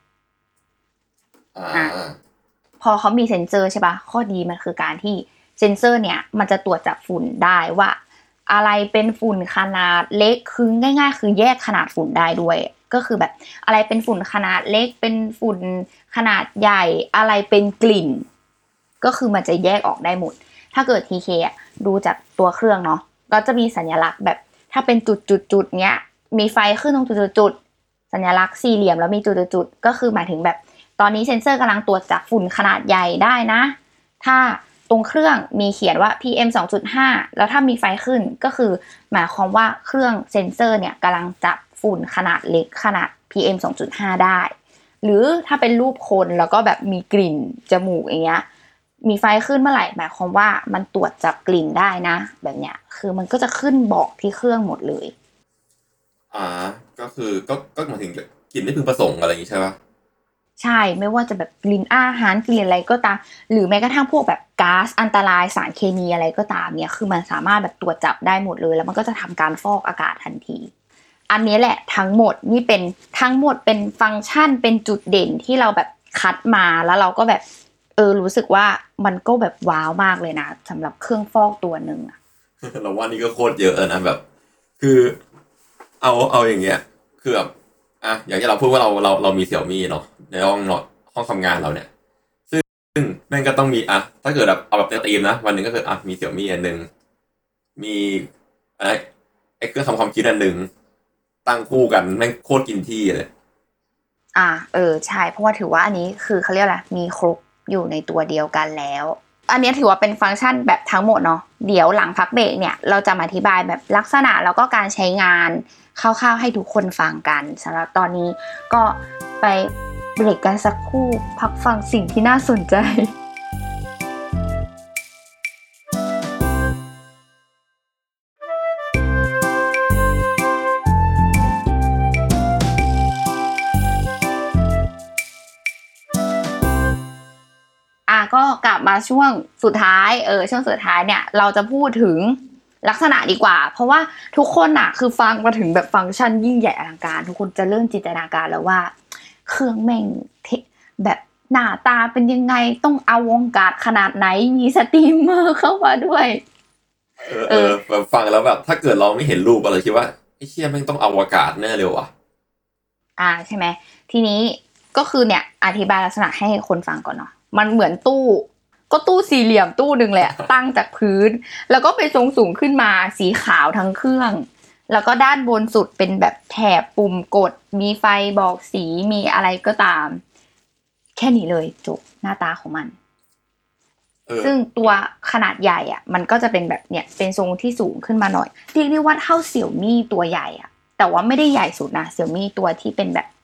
อ่าพอเขามีเซ็นเซอร์ใช่ปะข้อดีมันคือการที่เซ็นเซอร์เนี่ยมันจะตรวจจับฝุ่นได้ว่าอะไรเป็นฝุ่นขนาดเล็กคือง่ายๆคือแยกขนาดฝุ่นได้ด้วยก็คือแบบอะไรเป็นฝุ่นขนาดเล็กเป็นฝุ่นขนาดใหญ่อะไรเป็นกลิ่นก็คือมันจะแยกออกได้หมดถ้าเกิด ที เค อ่ะดูจากตัวเครื่องเนาะก็จะมีสัญลักษณ์แบบถ้าเป็นจุดๆๆเนี้ยมีไฟขึ้นตรงจุดๆๆสัญลักษณ์สี่เหลี่ยมแล้วมีจุดๆๆก็คือหมายถึงแบบตอนนี้เซ็นเซอร์กำลังตรวจจับฝุ่นขนาดใหญ่ได้นะถ้าตรงเครื่องมีเขียนว่า พี เอ็ม สองจุดห้า แล้วถ้ามีไฟขึ้นก็คือหมายความว่าเครื่องเซ็นเซอร์เนี่ยกำลังจับฝุ่นขนาดเล็กขนาด พี เอ็ม สองจุดห้า ได้หรือถ้าเป็นรูปคนแล้วก็แบบมีกลิ่นจมูกอย่างเงี้ยมีไฟขึ้นเมื่อไหร่หมายความว่ามันตรวจจับกลิ่นได้นะแบบเนี้ยคือมันก็จะขึ้นบอกที่เครื่องหมดเลยอ่าก็คือก็ก็หมายถึงกลิ่นไม่พึงประสงค์อะไรอย่างงี้ใช่ป่ะใช่ไม่ว่าจะแบบกลิ่นอาหารกลิ่นอะไรก็ตามหรือแม้กระทั่งพวกแบบก๊าซอันตรายสารเคมีอะไรก็ตามเนี่ยคือมันสามารถแบบตรวจจับได้หมดเลยแล้วมันก็จะทำการฟอกอากาศทันทีอันนี้แหละทั้งหมดนี่เป็นทั้งหมดเป็นฟังก์ชันเป็นจุดเด่นที่เราแบบคัดมาแล้วเราก็แบบเออรู้สึกว่ามันก็แบบว้าวมากเลยนะสำหรับเครื่องฟอกตัวนึงอะเราว่านี่ก็โคตรเยอะนะแบบคือเอาเอาอย่างเงี้ยคือแบบอ่ะอย่างที่เราพูดว่าเราเราเรามี Xiaomi เนาะในห้องนอนห้องทำงานเราเนี่ยซึ่งแม่งก็ต้องมีอ่ะถ้าเกิดแบบเอาแบบเต็มธีมนะวันนึงก็คืออ่ะมี Xiaomi อันนึงมีอะไรไอ้เครื่องทำความคิดอันนึงตั้งคู่กันแม่งโคตรกินที่เลยอ่าเออใช่เพราะว่าถือว่าอันนี้คือเขาเรียกอะไรมีครบอยู่ในตัวเดียวกันแล้วอันนี้ถือว่าเป็นฟังก์ชันแบบทั้งหมดเนาะเดี๋ยวหลังพักเบรกเนี่ยเราจะมาอธิบายแบบลักษณะแล้วก็การใช้งานคร่าวๆให้ทุกคนฟังกันสำหรับตอนนี้ก็ไปเบรกกันสักครู่พักฟังสิ่งที่น่าสนใจก็กลับมาช่วงสุดท้ายเออช่วงสุดท้ายเนี่ยเราจะพูดถึงลักษณะดีกว่าเพราะว่าทุกคนน่ะคือฟังมาถึงแบบฟังก์ชันยิ่งใหญ่อลังการทุกคนจะเริ่มจินตนาการแล้วว่าเครื่องแม่งแบบหน้าตาเป็นยังไงต้องอวกาศขนาดไหนมีสตรีมเมอร์เข้ามาด้วยเออเออแบบฟังแล้วแบบถ้าเกิดเราไม่เห็นรูปอะไรคิดว่าไอ้เชี่ยแม่งต้องอวกาศแน่เลยว่ะอ่าใช่ไหมทีนี้ก็คือเนี่ยอธิบายลักษณะให้คนฟังก่อนเนาะมันเหมือนตู้ก็ตู้สี่เหลี่ยมตู้นึงแหละตั้งจากพื้นแล้วก็ไปทรงสูงขึ้นมาสีขาวทั้งเครื่องแล้วก็ด้านบนสุดเป็นแบบแถบปุ่มกดมีไฟบอกสีมีอะไรก็ตามแค่นี้เลยจบหน้าตาของมันซึ่งตัวขนาดใหญ่อ่ะมันก็จะเป็นแบบเนี่ยเป็นทรงที่สูงขึ้นมาหน่อยเรียกได้ว่าเท่า Xiaomi ตัวใหญ่อ่ะแต่ว่าไม่ได้ใหญ่สุดนะ Xiaomi ตัวที่เป็นแบบ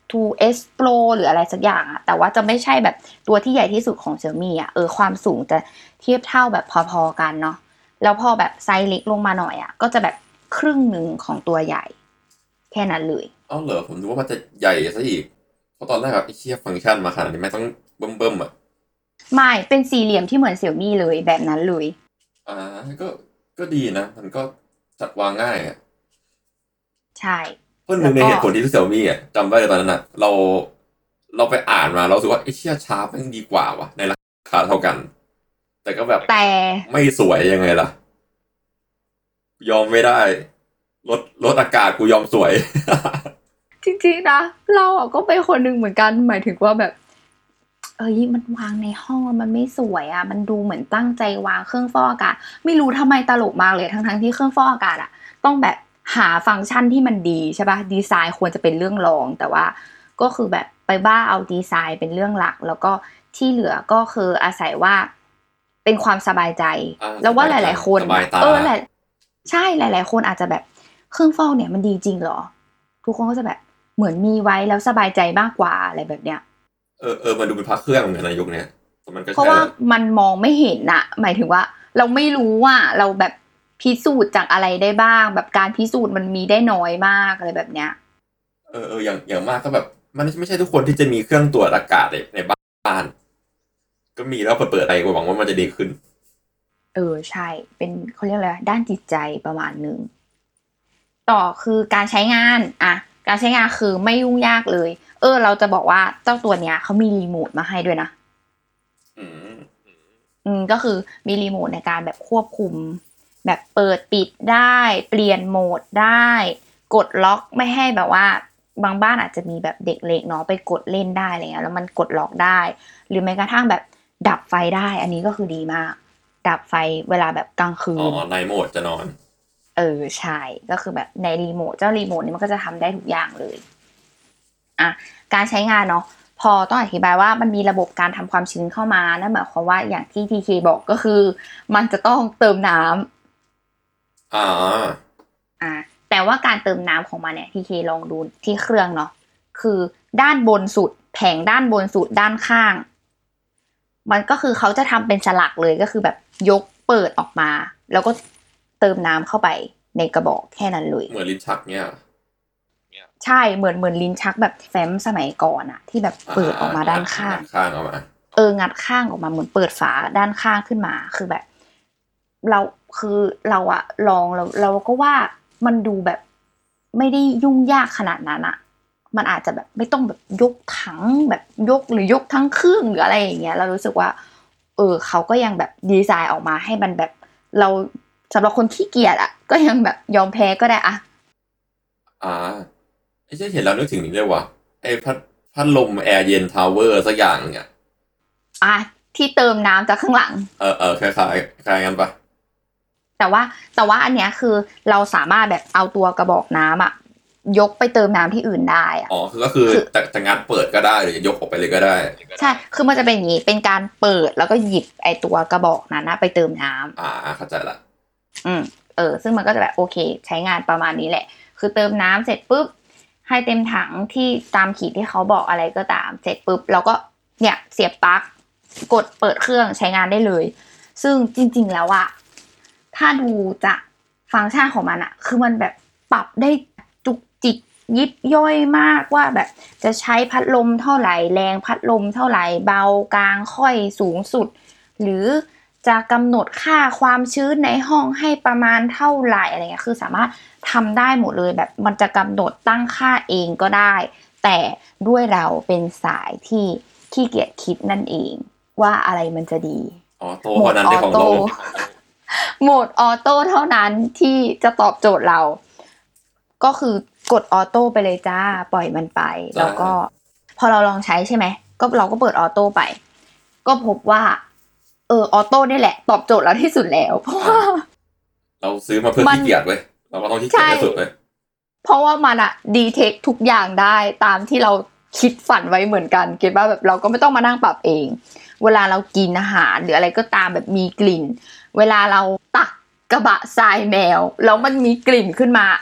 ทู เอส Pro หรืออะไรสักอย่างอะแต่ว่าจะไม่ใช่แบบตัวที่ใหญ่ที่สุดของ Xiaomi อ่ะเออความสูงจะเทียบเท่าแบบพอๆกันเนาะแล้วพอแบบไซส์เล็กลงมาหน่อยอ่ะก็จะแบบครึ่งนึงของตัวใหญ่แค่นั้นเลยอ้าวเหรอผมนึกว่ามันจะใหญ่ซะอีกเพราะตอนแรกแบบไอ้เหี้ยฟังก์ชันมาขนาดนี้ไม่ต้องเบิ่มๆอ่ะไม่เป็นสี่เหลี่ยมที่เหมือน Xiaomi เลยแบบนั้นเลยอ่าก็ก็ดีนะมันก็จัดวางง่ายอ่ะใช่เพราะหนึ่แล้วก็งในเหตุผลที่เซี่ยมี่อ่ะจำได้เลยตอนนั้นอ่ะเราเราไปอ่านมาเราสึกว่าไอ้เชี่ยชาร์ปมันดีกว่าวะในราคาเท่ากันแต่ก็แบบแต่ไม่สวยยังไงล่ะยอมไม่ได้รถรถอากาศกูยอมสวยจริงๆนะเราอ่ะก็เป็นคนหนึ่งเหมือนกันหมายถึงว่าแบบเอ้ยมันวางในห้องมันไม่สวยอ่ะมันดูเหมือนตั้งใจวางเครื่องฟอกอากาศไม่รู้ทำไมตลกมากเลยทั้งๆที่เครื่องฟอกอากาศอ่ะต้องแบบหาฟังก์ชันที่มันดีใช่ป่ะดีไซน์ควรจะเป็นเรื่องรองแต่ว่าก็คือแบบไปบ้าเอาดีไซน์เป็นเรื่องหลักแล้วก็ที่เหลือก็คืออาศัยว่าเป็นความสบายใจแล้วว่าหลายๆคนเออแหละใช่หลายๆคนอาจจะแบบเครื่องฟอกเนี่ยมันดีจริงเหรอทุกคนก็จะแบบเหมือนมีไว้แล้วสบายใจมากกว่าอะไรแบบเนี้ยเออเออมันดูเป็นพระเครื่องเหมือนกันในยุคนี้แต่มันก็เพราะว่ามันมองไม่เห็นน่ะหมายถึงว่าเราไม่รู้ว่าเราแบบพิสูจน์จากอะไรได้บ้างแบบการพิสูจน์มันมีได้น้อยมากอะไรแบบเนี้ยเออเอออย่างอย่างมากก็แบบมันไม่ใช่ทุกคนที่จะมีเครื่องตรวจอากาศในในบ้านก็มีแล้วเปิดๆไปหวังว่ามันจะดีขึ้นเออใช่เป็นเขาเรียกอะไรด้านจิตใจประมาณนึงต่อคือการใช้งานอ่ะการใช้งานคือไม่ยุ่งยากเลยเออเราจะบอกว่าเจ้าตัวเนี้ยเขามีรีโมทมาให้ด้วยนะอืมอืมก็คือมีรีโมทในการแบบควบคุมแบบเปิดปิดได้เปลี่ยนโหมดได้กดล็อกไม่ให้แบบว่าบางบ้านอาจจะมีแบบเด็กเล็กเนาะไปกดเล่นได้อะไรเงี้ยแล้วมันกดล็อกได้หรือแม้กระทั่งแบบดับไฟได้อันนี้ก็คือดีมากดับไฟเวลาแบบกลางคือ๋นอในโหมดจะนอนเออใช่ก็คือแบบในรีโมทเจ้ารีโมทนี้มันก็จะทำได้ทุกอย่างเลยอ่ะการใช้งานเนาะพอต้องอธิบายว่ามันมีระบบการทำความชื้นเข้ามานั่นหมายความว่าอย่างที่ ที เค บอกก็คือมันจะต้องเติมน้ำอ่าอ่าแต่ว่าการเติมน้ำของมันเนี่ย ที เค ลองดูที่เครื่องเนาะคือด้านบนสุดแผงด้านบนสุดด้านข้างมันก็คือเขาจะทำเป็นฉลักเลยก็คือแบบยกเปิดออกมาแล้วก็เติมน้ำเข้าไปในกระบอกแค่นั้นเลยเหมือนลิ้นชักเนี่ยใช่เหมือนเหมือนลิ้นชักแบบแฟ้มสมัยก่อนอะที่แบบเปิดออกมาด้านข้างข้างออกมาเอองัดข้างออกมาเหมือนเปิดฝาด้านข้างขึ้นมาคือแบบเราคือเราอะลองเราเราก็ว่ามันดูแบบไม่ได้ยุ่งยากขนาดนั้นอะมันอาจจะแบบไม่ต้องแบบยกถังแบบยกหรือยกทั้งเครื่องหรืออะไรอย่างเงี้ยเรารู้สึกว่าเออเขาก็ยังแบบดีไซน์ออกมาให้มันแบบเราสำหรับคนขี้เกียจอะก็ยังแบบยอมแพ้ก็ได้อะอ่าไอ้เช่เห็นแล้วนึกถึงนี่เลยว่ะไอ้พัดพัดลมแอร์เย็นทาวเวอร์สักอย่างเนี่ยอ่ะที่เติมน้ำจากข้างหลังเออเออคล้ายๆคล้ายกันปะแต่ว่าแต่ว่าอันเนี้ยคือเราสามารถแบบเอาตัวกระบอกน้ำอะยกไปเติมน้ำที่อื่นได้อะอ๋อคือก็คือจะจะงัดเปิดก็ได้หรือจะยกออกไปเลยก็ได้ใช่คือมันจะเป็นอย่างนี้เป็นการเปิดแล้วก็หยิบไอตัวกระบอกนั้นนะไปเติมน้ำอ่าเข้าใจละอืมเออซึ่งมันก็จะแบบโอเคใช้งานประมาณนี้แหละคือเติมน้ำเสร็จปุ๊บให้เต็มถังที่ตามขีดที่เขาบอกอะไรก็ตามเสร็จปุ๊บแล้วก็เนี่ยเสียบปลั๊กกดเปิดเครื่องใช้งานได้เลยซึ่งจริงๆแล้วอะถ้าดูจากฟังก์ชันของมันอะคือมันแบบปรับได้จุกจิกยิบย่อยมากว่าแบบจะใช้พัดลมเท่าไหร่แรงพัดลมเท่าไหร่เบากลางค่อยสูงสุดหรือจะกำหนดค่าความชื้นในห้องให้ประมาณเท่าไหร่อะไรเงี้ยคือสามารถทำได้หมดเลยแบบมันจะกำหนดตั้งค่าเองก็ได้แต่ด้วยเราเป็นสายที่ขี้เกียจคิดนั่นเองว่าอะไรมันจะดีอ๋อโตคนนั้นได้ของโลกโหมดออโต้เท่านั้นที่จะตอบโจทย์เราก็คือกดออโต้ไปเลยจ้าปล่อยมันไปแล้วก็พอเราลองใช้ใช่ไหมก็เราก็เปิดออโต้ไปก็พบว่าเออออโต้นี่แหละตอบโจทย์เราที่สุดแล้วเพราะว่าเราซื้อมาเพื่อขี้เกียจเว้ยเราก็ต้องขี้เกียจที่สุดเลยเพราะว่ามันอะดีเทคทุกอย่างได้ตามที่เราคิดฝันไว้เหมือนกันเก็ทป่ะแบบเราก็ไม่ต้องมานั่งปรับเองเวลาเรากินอาหารหรืออะไรก็ตามแบบมีกลิ่นเวลาเราตักกระบะทรายแมวแล้วมันมีกลิ่นขึ้นมา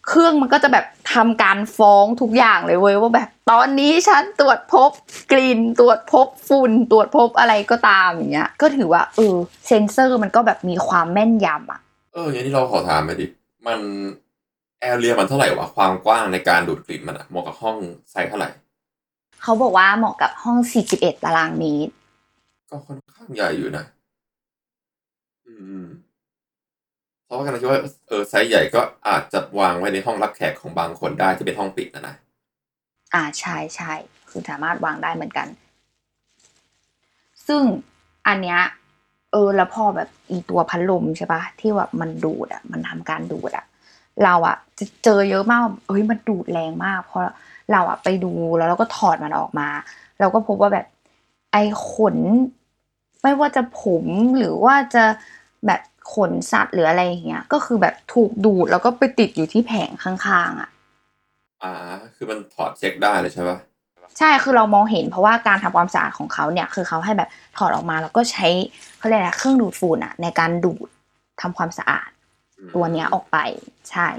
เครื่องมันก็จะแบบทำการฟ้องทุกอย่างเลยเว้ยว่าแบบตอนนี้ฉันตรวจพบกลิ่นตรวจพบฝุ่นตรวจพบอะไรก็ตามอย่างเงี้ยก็ถือว่าเออเซ็นเซอร์มันก็แบบมีความแม่นยำอ่ะเอออย่างนี้เราขอถามไปดิมันแอเรียมันเท่าไหร่วะความกว้างในการดูดกลิ่นมันอะเหมาะกับห้องไซส์เท่าไหร่เขาบอกว่าเหมาะกับห้องสี่สิบเอ็ดตารางเมตรก็ค่อนข้างใหญ่อยู่นะอืมเพราะว่ากันคิดว่าเออไซส์ใหญ่ก็อาจจะวางไว้ในห้องรับแขกของบางคนได้ที่เป็นห้องปิดนะนะอ่าใช่ใช่คือสามารถวางได้เหมือนกันซึ่งอันเนี้ยเออแล้วพอแบบอีตัวพัดลมใช่ปะที่แบบมันดูดอ่ะมันทำการดูดอ่ะเราอ่ะจะเจอเยอะมากเอ้ยมันดูดแรงมากเพราะเราอ่ะไปดูแล้วเราก็ถอดมันออกมาเราก็พบว่าแบบไอ้ขนไม่ว่าจะผมหรือว่าจะแบบขนสัตว์หรืออะไรอย่างเงี้ยก็คือแบบถูกดูดแล้วก็ไปติดอยู่ที่แผงข้างๆอ่ะอ่าคือมันถอดเช็คได้เลยใช่ปะใช่คือเรามองเห็นเพราะว่าการทำความสะอาดของเขาเนี่ยคือเขาให้แบบถอดออกมาแล้วก็ใช้เขาเรียกอะไรเครื่องดูดฝุ่นอ่ะในการดูดทำความสะอาดตัวเนี้ยออกไปใช่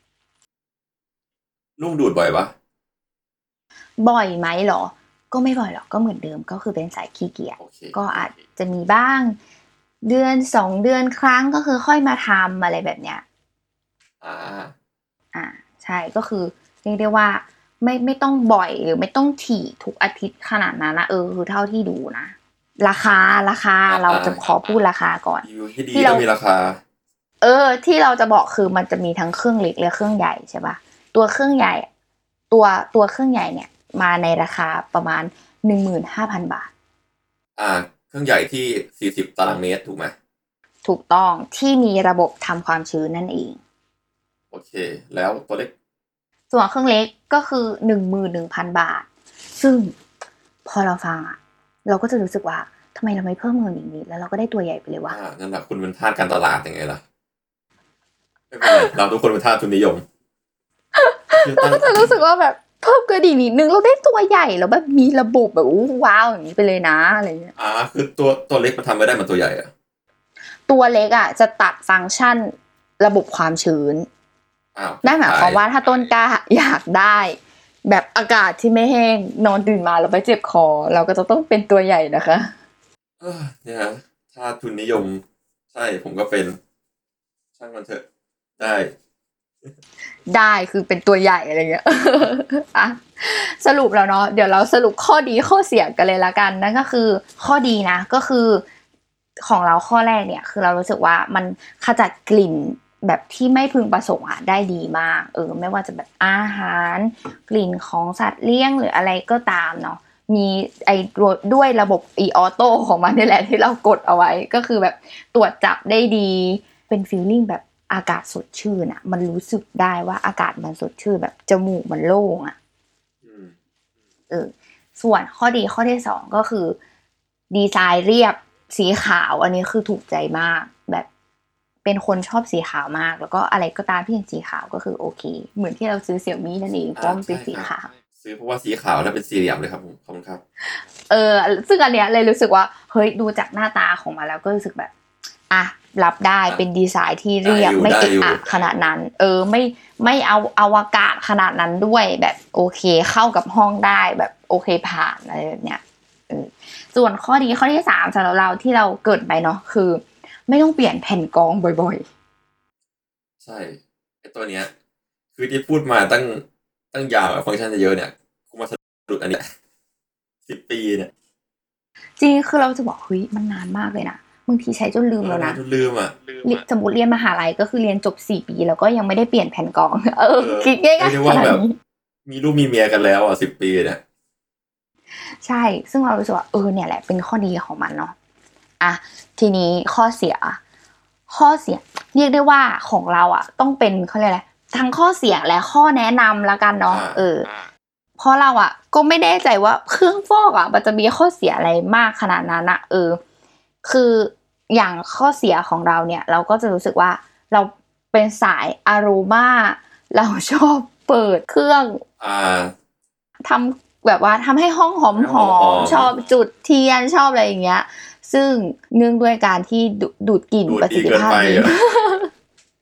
ลุงดูดบ่อยปะบ่อยไหมหรอก็ไม่บ่อยหรอกก็เหมือนเดิมก็คือเป็นสายขี้เกียจก็อาจจะมีบ้างเดือนสองเดือนครั้งก็คือค่อยมาทำอะไรแบบเนี้ยอ่าอ่าใช่ก็คือเรียกได้ว่าไม่ไม่ต้องบ่อยหรือไม่ต้องถี่ทุกอาทิตย์ขนาดนั้นนะเออคือเท่าที่ดูนะราคาราคาเราจะขอพูดราคาก่อนที่เรามีราคาเออที่เราจะบอกคือมันจะมีทั้งเครื่องเล็กและเครื่องใหญ่ใช่ป่ะตัวเครื่องใหญ่ตัวตัวเครื่องใหญ่เนี่ยมาในราคาประมาณ หนึ่งหมื่นห้าพัน บาทอ่าเครื่องใหญ่ที่สี่สิบตารางเมตรถูกไหมถูกต้องที่มีระบบทำความชื้นนั่นเองโอเคแล้วตัวเล็กส่วนเครื่องเล็กก็คือ หนึ่งหมื่นหนึ่งพัน บาทซึ่งพอเราฟังอ่ะเราก็จะรู้สึกว่าทำไมเราไม่เพิ่มเงินอีกนิดแล้วเราก็ได้ตัวใหญ่ไปเลยวะอ่านั่นแหละคุณเป็นทาสการตลาดยังไงล่ะไม่เป็นไรเราทุกคนเป็นทาสทุนนิยมเราก็จะรู้สึกว่าแบบเพิ่มเกินอีกนิดนึงเราได้ตัวใหญ่แล้วแบบมีระบบแบบอู้ว้าวอย่างนี้ไปเลยนะอะไรเงี้ยอ่าคือตัวตัวเล็กมันทำไม่ได้เหมือนตัวใหญ่อะตัวเล็กอ่ะจะตัดฟังก์ชันระบบความชื้นนั่นหมายความว่าถ้าต้นกล้าอยากได้แบบอากาศที่ไม่แห้งนอนตื่นมาแล้วไปเจ็บคอเราก็จะต้องเป็นตัวใหญ่นะคะเออเนี่ยฮะถ้าทุนนิยมใช่ผมก็เป็นช่างมันเถอะได้ได้คือเป็นตัวใหญ่อะไรเงี้ยอ่ะสรุปแล้วเนาะเดี๋ยวเราสรุปข้อดีข้อเสียกันเลยละกันนั่นก็คือข้อดีนะก็คือของเราข้อแรกเนี่ยคือเรารู้สึกว่ามันขจัดกลิ่นแบบที่ไม่พึงประสงค์อ่ะได้ดีมากเออไม่ว่าจะแบบอาหารกลิ่นของสัตว์เลี้ยงหรืออะไรก็ตามเนาะมีไอ้ด้วยระบบ e auto ของมันนี่แหละที่เรากดเอาไว้ก็คือแบบตรวจจับได้ดีเป็นฟีลลิ่งแบบอากาศสดชื่นอ่ะมันรู้สึกได้ว่าอากาศมันสดชื่นแบบจมูกมันโล่งอ่ะเออส่วนข้อดีข้อที่สองก็คือดีไซน์เรียบสีขาวอันนี้คือถูกใจมากแบบเป็นคนชอบสีขาวมากแล้วก็อะไรก็ตามที่เป็นสีขาวก็คือโอเคเหมือนที่เราซื้อเสี่ยวมี่นั่นเองเพราะมันเป็นสีขาวซื้อเพราะว่าสีขาวแล้วเป็นสี่เหลี่ยมเลยครับผมขอบคุณครับเออซึ่งอันเนี้ยเลยรู้สึกว่าเฮ้ยดูจากหน้าตาของมันแล้วก็รู้สึกแบบอ่ะรับได้เป็นดีไซน์ที่เรียบไม่เอะอะขนาดนั้นเออไม่ไม่เอาอวกาศขนาดนั้นด้วยแบบโอเคเข้ากับห้องได้แบบโอเคผ่านอะไรแบบเนี้ยเออส่วนข้อดีข้อที่สามสำหรับเราที่เราเกิดไปเนาะคือไม่ต้องเปลี่ยนแผ่นกรองบ่อยๆใช่ไอ้ตัวเนี้ยคือที่พูดมาตั้งตั้งยาวฟังก์ชันเยอะเนี่ยกูมาสรุปอันนี้สิบปีเนี่ยจริงคือเราจะบอกเฮ้ยมันนานมากเลยนะบางทีใช้จนลืมแล้วนะจนลืมอ่ะสมมุติเรียนมหาลัยก็คือเรียนจบสี่ปีแล้วก็ยังไม่ได้เปลี่ยนแผ่นกรองเออคิดง่ายๆเรียกว่าแบบมีลูกมีเมียกันแล้วอ่ะสิบปีเนี่ยใช่ซึ่งเรารู้สึกว่าเออเนี่ยแหละเป็นข้อดีของมันเนาะอ่ะทีนี้ข้อเสียข้อเสียเรียกได้ว่าของเราอ่ะต้องเป็นเขาเรียกอะไรทั้งข้อเสียและข้อแนะนำละกันเนาะเออเพราะเราอ่ะก็ไม่แน่ใจว่าเครื่องฟอกอ่ะมันจะมีข้อเสียอะไรมากขนาดนั้นอะเออคืออย่างข้อเสียของเราเนี่ยเราก็จะรู้สึกว่าเราเป็นสายอโรมาเราชอบเปิดเครื่องอ่าทำแบบว่าทำให้ห้องหอมหอมชอบจุดเทียนชอบอะไรอย่างเงี้ยซึ่งเนื่องด้วยการที่ดูดกลิ่นประสิทธิภาพดี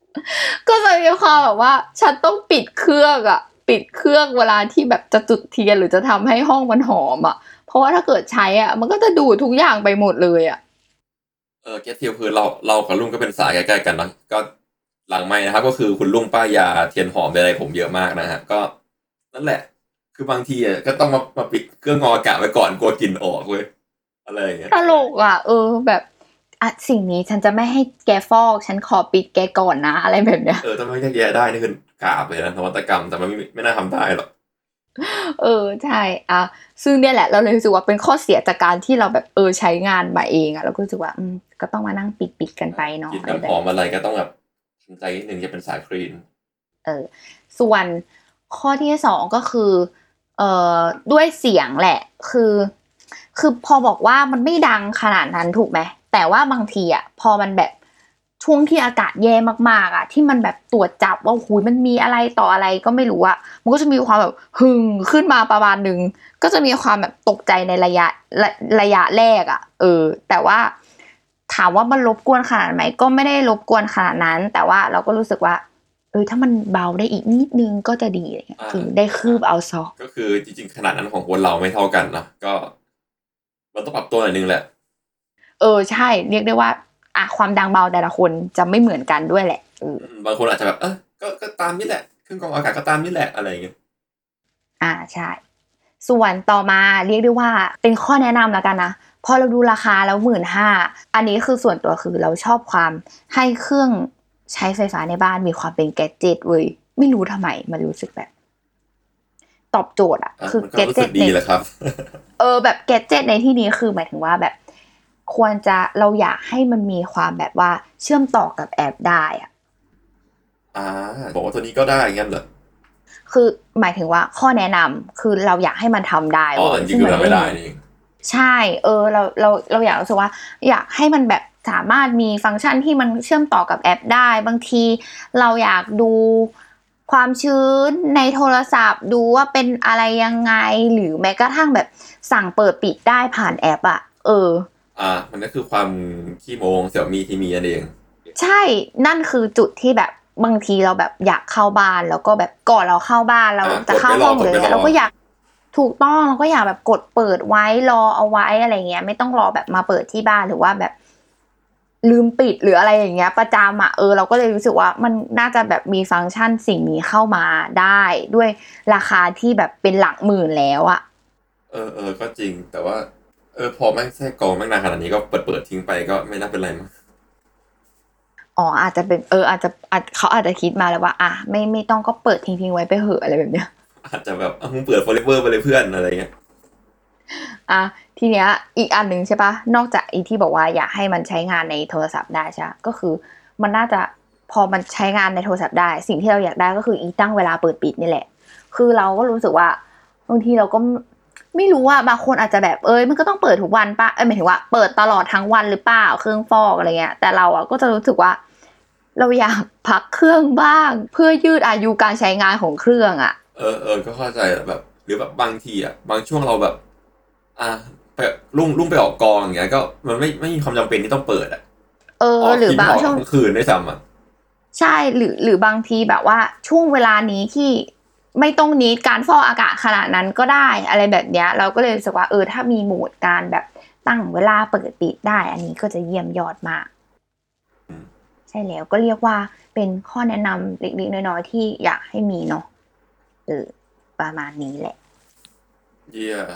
ก็จะมีความแบบว่าฉันต้องปิดเครื่องอ่ะปิดเครื่องเวลาที่แบบจะจุดเทียนหรือจะทำให้ห้องมันหอมอ่ะเพราะว่าถ้าเกิดใช้อ่ะมันก็จะดูดทุกอย่างไปหมดเลยอ่ะเออเกตทิวคือเราเรากับลุงก็เป็นสายใกล้ๆกันนะก็หลังไมค์นะครับก็คือคุณลุงป้ายาเทียนหอมอะไรผมเยอะมากนะฮะก็นั่นแหละคือบางทีอ่ะก็ต้องมามาปิดเครื่องงออากาศไว้ก่อนกลัวกลิ่นออกเว้ยอะไรอย่างเงี้ยตลกอ่ะเออแบบอ่ะสิ่งนี้ฉันจะไม่ให้แกฟอกฉันขอปิดแกก่อนนะอะไรแบบเนี้ยเออถ้าไม่แยกได้นี่คือกราบเลยนะนวัตกรรมแต่มันไม่ไม่น่าทำได้หรอกเออใช่อ่ะซึ่งเนี่ยแหละเราเลยรู้สึกว่าเป็นข้อเสียจากการที่เราแบบเออใช้งานมาเองอ่ะเราก็รู้สึกว่าอืมก็ต้องมานั่งปิดปิดกันไปเนาะกินน้ำหอมอะไรก็ต้องแบบทำใจนิดนึงจะเป็นสายคลีนเออส่วนข้อที่สองก็คือเอ่อด้วยเสียงแหละคือคือพอบอกว่ามันไม่ดังขนาดนั้นถูกไหมแต่ว่าบางทีอ่ะพอมันแบบช่วงที่อากาศแย่มากๆอ่ะที่มันแบบตรวจจับว่าหูยมันมีอะไรต่ออะไรก็ไม่รู้อ่ะมันก็จะมีความแบบหึ่งขึ้นมาประมาณนึงก็จะมีความแบบตกใจในระยะระระยะแรกอ่ะเออแต่ว่าถามว่ามันรบกวนขนาดไหมก็ไม่ได้รบกวนขนาดนั้นแต่ว่าเราก็รู้สึกว่าเออถ้ามันเบาได้อีกนิดนึงก็จะดีอะไรเงี้ยคือได้คืบเอาซอก็คือจริงๆขนาดนั้นของคนเราไม่เท่ากันนะก็มันต้องปรับตัวหน่อยนึงแหละเออใช่เรียกได้ว่าอ่ะความดังเบาแต่ละคนจะไม่เหมือนกันด้วยแหละเออบางคนอาจจะแบบเออก็ก็ตามนี่แหละเครื่องกรองอากาศก็ตามนี่แหละอะไรอย่างเงี้ยอ่าใช่ส่วนต่อมาเรียกได้ว่าเป็นข้อแนะนำแล้วกันนะพอเราดูราคาแล้ว หนึ่งหมื่นห้าพัน อันนี้คือส่วนตัวคือเราชอบความให้เครื่องใช้ไฟฟ้าในบ้านมีความเป็นแกดเจ็ตเว้ยไม่รู้ทำไมมันรู้สึกแบบตอบโจทย์อ่ะคือแกดเจ็ตดีแหละครับเออแบบแกดเจ็ตในที่นี้คือหมายถึงว่าแบบควรจะเราอยากให้มันมีความแบบว่าเชื่อมต่อกับแอปได้อ่ะอ่าบอกว่าตัวนี้ก็ได้งั้นเหรอคือหมายถึงว่าข้อแนะนำคือเราอยากให้มันทำได้อ๋อจริงๆคือไม่ได้นี่ใช่เออเราเราเราอยากรู้สึกว่าอยากให้มันแบบสามารถมีฟังก์ชันที่มันเชื่อมต่อกับแอปได้บางทีเราอยากดูความชื้นในโทรศัพท์ดูว่าเป็นอะไรยังไงหรือแม้กระทั่งแบบสั่งเปิดปิดได้ผ่านแอปอ่ะเอออ่ามันก็คือความขี้โมงเสี่ยวมีที่มีนั่นเองใช่นั่นคือจุดที่แบบบางทีเราแบบอยากเข้าบ้านแล้วก็แบบก่อนเราเข้าบ้านเราจะเข้าห้องเลยเราก็อยากถูกต้องเราก็อยากแบบกดเปิดไว้รอเอาไว้อะไรเงี้ยไม่ต้องรอแบบมาเปิดที่บ้านหรือว่าแบบลืมปิดหรืออะไรอย่างเงี้ยประจำอ่ะเออเราก็เลยรู้สึกว่ามันน่าจะแบบมีฟังก์ชันสิ่งนี้เข้ามาได้ด้วยราคาที่แบบเป็นหลักหมื่นแล้วอ่ะเออเออก็จริงแต่ว่าเออพอแม่งแทรกกองแม่งนานขนาดนี้ก็เปิดเปิดทิ้งไปก็ไม่น่าเป็นไรมั้งอ๋ออาจจะเป็นเอออาจจะอาจเขาอาจจะคิดมาแล้วว่าอ่ะไม่ไม่ต้องก็เปิดทิ้งๆไว้ไปเหอะอะไรแบบเนี้ยอาจจะแบบอ่ะมึงเปิด forever ไปเลยเพื่อนอะไรเงี้ยอ่ะทีเนี้ยอีกอันนึงใช่ปะนอกจากอีที่บอกว่าอยากให้มันใช้งานในโทรศัพท์ได้ใช่ก็คือมันน่าจะพอมันใช้งานในโทรศัพท์ได้สิ่งที่เราอยากได้ก็คืออีตั้งเวลาเปิดปิดนี่แหละคือเราก็รู้สึกว่าบางทีเราก็ไม่รู้ว่าบางคนอาจจะแบบเอ้ยมันก็ต้องเปิดทุกวันปะเอ้ยหมายถึงว่าเปิดตลอดทั้งวันหรือเปล่าเครื่องฟอกอะไรเงี้ยแต่เราอ่ะก็จะรู้สึกว่าเราอยากพักเครื่องบ้างเพื่อยืดอายุการใช้งานของเครื่องอ่ะเออเออก็เข้าใจแบบหรือแบบบางทีอ่ะบางช่วงเราแบบอ่ะไปลุ่งลุ่งไปออกกองอย่างเงี้ยก็มันไม่ไม่มีความจำเป็นที่ต้องเปิดอ่ะเออหรือบางช่วงคืนด้วยซ้ำอ่ะใช่หรือหรือบางทีแบบว่าช่วงเวลานี้ที่ไม่ต้องนิดการฟอกอากาศขนาดนั้นก็ได้อะไรแบบเนี้ยเราก็เลยรู้สึกว่าเออถ้ามีโหมดการแบบตั้งเวลาเปิดปิดได้อันนี้ก็จะเยี่ยมยอดมากใช่แล้วก็เรียกว่าเป็นข้อแนะนำเล็กๆน้อยๆที่อยากให้มีเนาะเออประมาณนี้แหละเยี่ย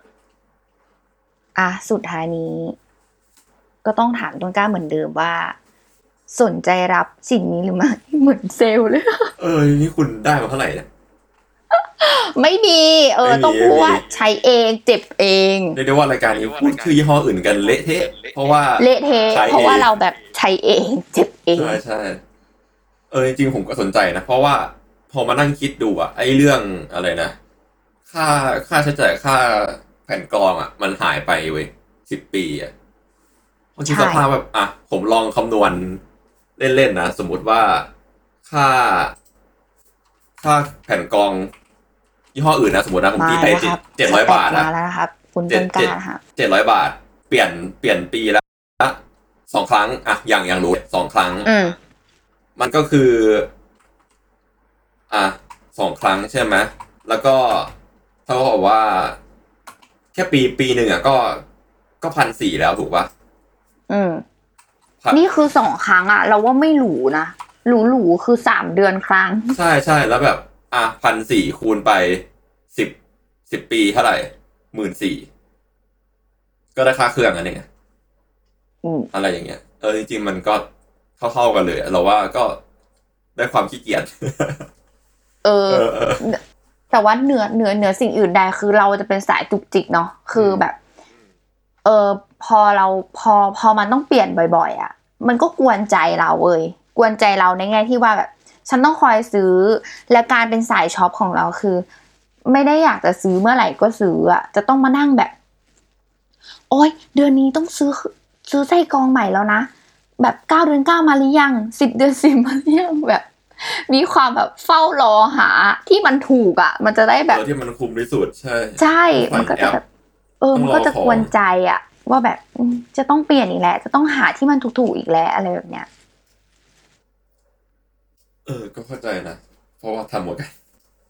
อ่ะสุดท้ายนี้ก็ต้องถามต้นกล้าเหมือนเดิมว่าสนใจรับสิ่งนี้หรือไม่เหมือนเซลเลยเออนี่คุณได้มาเท่าไหร่เนี่ยไม่มีเออต้องพูดว่าใช้เองเจ็บเองเรียกได้ว่ารายการนี้พูดชื่อยี่ห้ออื่นกันเละเทะเพราะว่าเละเทะเพราะว่าเราแบบใช้เองเจ็บเองใช่ใช่เออจริงๆผมก็สนใจนะเพราะว่าพอมานั่งคิดดูอะไอ้เรื่องอะไรนะค่าค่าใช้จ่ายค่าแผ่นกรองอะมันหายไปเว้ยสิบปีอะบางทีสภาพแบบอ่ะผมลองคำนวณเล่นๆนะสมมุติว่าค่าค่าแผ่นกรองยี่ห้ออื่นนะสมมตินะผมตีไปเจ็ดร้อยบาทนะมาแล้วนะครับคุณต้นกล้าครับเจ็ดร้อยบาทเปลี่ยนเปลี่ยนปีละสองครั้งอะอย่างอย่างรู้สองครั้งมันก็คืออ่ะสองครั้งใช่ไหมแล้วก็เท่ากับว่าแค่ปีปีหนึ่งอ่ะก็ก็พันสี่แล้วถูกป่ะอืมนี่คือสองครั้งอ่ะเราว่าไม่หรูนะหรูหรูคือสามเดือนครั้งใช่ใช่แล้วแบบอ่ะพันสี่คูณไปสิบสิบปีเท่าไหร่หมื่นสี่ก็ได้ค่าเครื่องอันนี้อะไรอย่างเงี้ยเออจริงๆมันก็เท่าๆกันเลยเราว่าก็ได้ความขี้เกียจเออแต่ว่าเหนือเหนือเหนือสิ่งอื่นใดคือเราจะเป็นสายจุกจิกเนาะคือแบบเออพอเราพอพอมันต้องเปลี่ยนบ่อยๆอ่ะมันก็กวนใจเราเว้ยกวนใจเราในแง่ที่ว่าแบบฉันต้องคอยซื้อและการเป็นสายช็อปของเราคือไม่ได้อยากจะซื้อเมื่อไหร่ก็ซื้ออ่ะจะต้องมานั่งแบบโอ๊ยเดือนนี้ต้องซื้อซื้อไส้กรองใหม่แล้วนะแบบเก้าเดือนเก้ามาหรือยังสิบเดือนสิบมาหรือยังแบบมีความแบบเฝ้ารอหาที่มันถูกอ่ะมันจะได้แบบที่มันคุ้มที่สุดใช่ใช่มันก็จะแบบเออมันก็จะกวนใจอ่ะว่าแบบจะต้องเปลี่ยนอีกแล้วจะต้องหาที่มันถูกๆอีกแล้วอะไรแบบเนี้ยเออก็เข้าใจนะเพราะว่าทำหมดกัน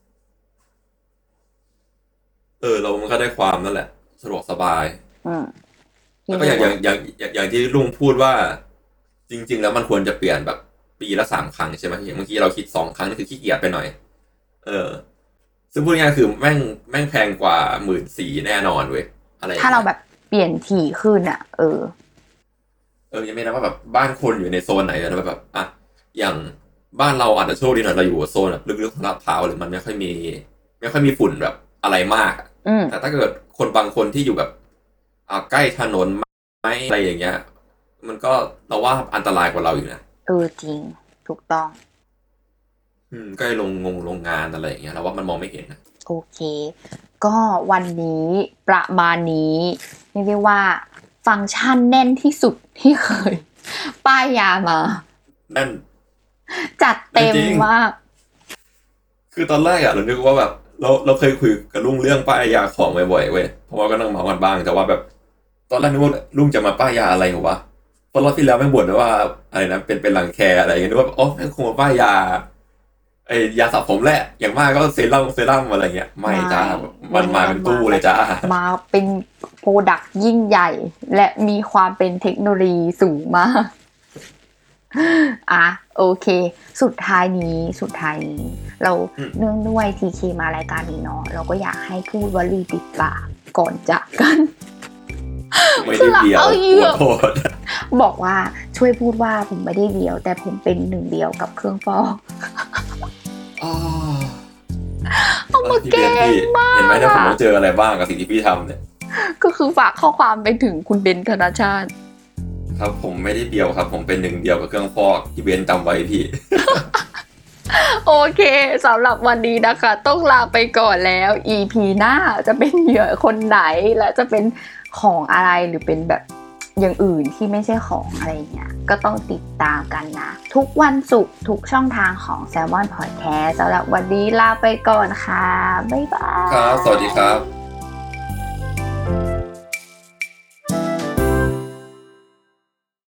เออเรามันก็ได้ความนั่นแหละสะดวกสบายอืมแล้วก็อย่างอย่างอย่างอย่างที่ลุงพูดว่าจริงๆแล้วมันควรจะเปลี่ยนแบบปีละสามครั้งใช่ไหมอย่างเมื่อกี้เราคิดสองครั้งนี่คือขี้เกียจไปหน่อยเออซึ่งพูดง่ายๆคือแม่งแม่งแพงกว่าหมื่นสี่แน่นอนเว้ยอะไรถ้าเราแบบเปลี่ยนถี่ขึ้นอ่ะเออเออยังไม่นับว่าแบบบ้านคนอยู่ในโซนไหนนะแบบอ่ะอย่างบ้านเราอาจจะโชคดีหน่อยเราอยู่โซนแบบลึกๆของลาดพร้าวหรือมันไม่ค่อยมีไม่ค่อยมีฝุ่นแบบอะไรมากแต่ถ้าเกิดคนบางคนที่อยู่แบบอ่าใกล้ถนนไหมอะไรอย่างเงี้ยมันก็เราว่าอันตรายกว่าเราอยู่นะเออจริงถูกต้องอืมใกล้โรงงงโรงงานอะไรอย่างเงี้ยเราว่ามันมองไม่เห็นนะโอเคก็วันนี้ประมาณนี้เรียกได้ว่าฟังก์ชันแน่นที่สุดที่เคยป้ายยามาแน่นจัดเต็มมากคือตอนแรกอะเราคิดว่าแบบเราเราเคยคุยกับลุงเรื่องป้ายยาของบ่อยๆเว้ยเพราะว่าก็นั่งเมากันบ้างแต่ว่าแบบตอนแรกนึกว่าลุงจะมาป้ายยาอะไรหรอวะเพราะรอบที่แล้วแม่งบ่นว่าอะไรนะเป็นเป็นรังแคอะไรอย่างเงี้ยนึกว่าอ๋อแม่งคงมาป้ายยาไอ้ยาสระผมแหละอย่างมากก็เซรั่มเซรั่มอะไรเงี้ยไม่จ้ามันมาเป็นตู้เลยจ้ามาเป็นโปรดักต์ยิ่งใหญ่และมีความเป็นเทคโนโลยีสูงมากอ่ะโอเคสุดท้ายนี้สุดท้ายนี้เราเนื่องด้วยทีเคมารายการนี้เนาะเราก็อยากให้พูดวลีติดปากก่อนจากกันไม่ได้เดียวขอโทษบอกว่าช่วยพูดว่าผมไม่ได้เดียวแต่ผมเป็นหนึ่งเดียวกับเครื่องฟอกเอามาแก้มากเห็นไหมถ้าผมต้องเจออะไรบ้างกับสิ่งที่พี่ทำเนี่ยก็คือฝากข้อความไปถึงคุณเบนธนชาติครับผมไม่ได้เดียวครับผมเป็นหนึ่งเดียวกับเครื่องฟอกที่เบนจำไว้พี่โอเคสำหรับวันนี้นะคะต้องลาไปก่อนแล้ว อี พี หน้าจะเป็นเหยื่อคนไหนและจะเป็นของอะไรหรือเป็นแบบอย่างอื่นที่ไม่ใช่ของอะไรเงี้ยก็ต้องติดตามกันนะทุกวันศุกร์ทุกช่องทางของ Salmon Podcast สำหรับวันนี้ลาไปก่อนค่ะบ๊ายบายครับสวัสดีครับ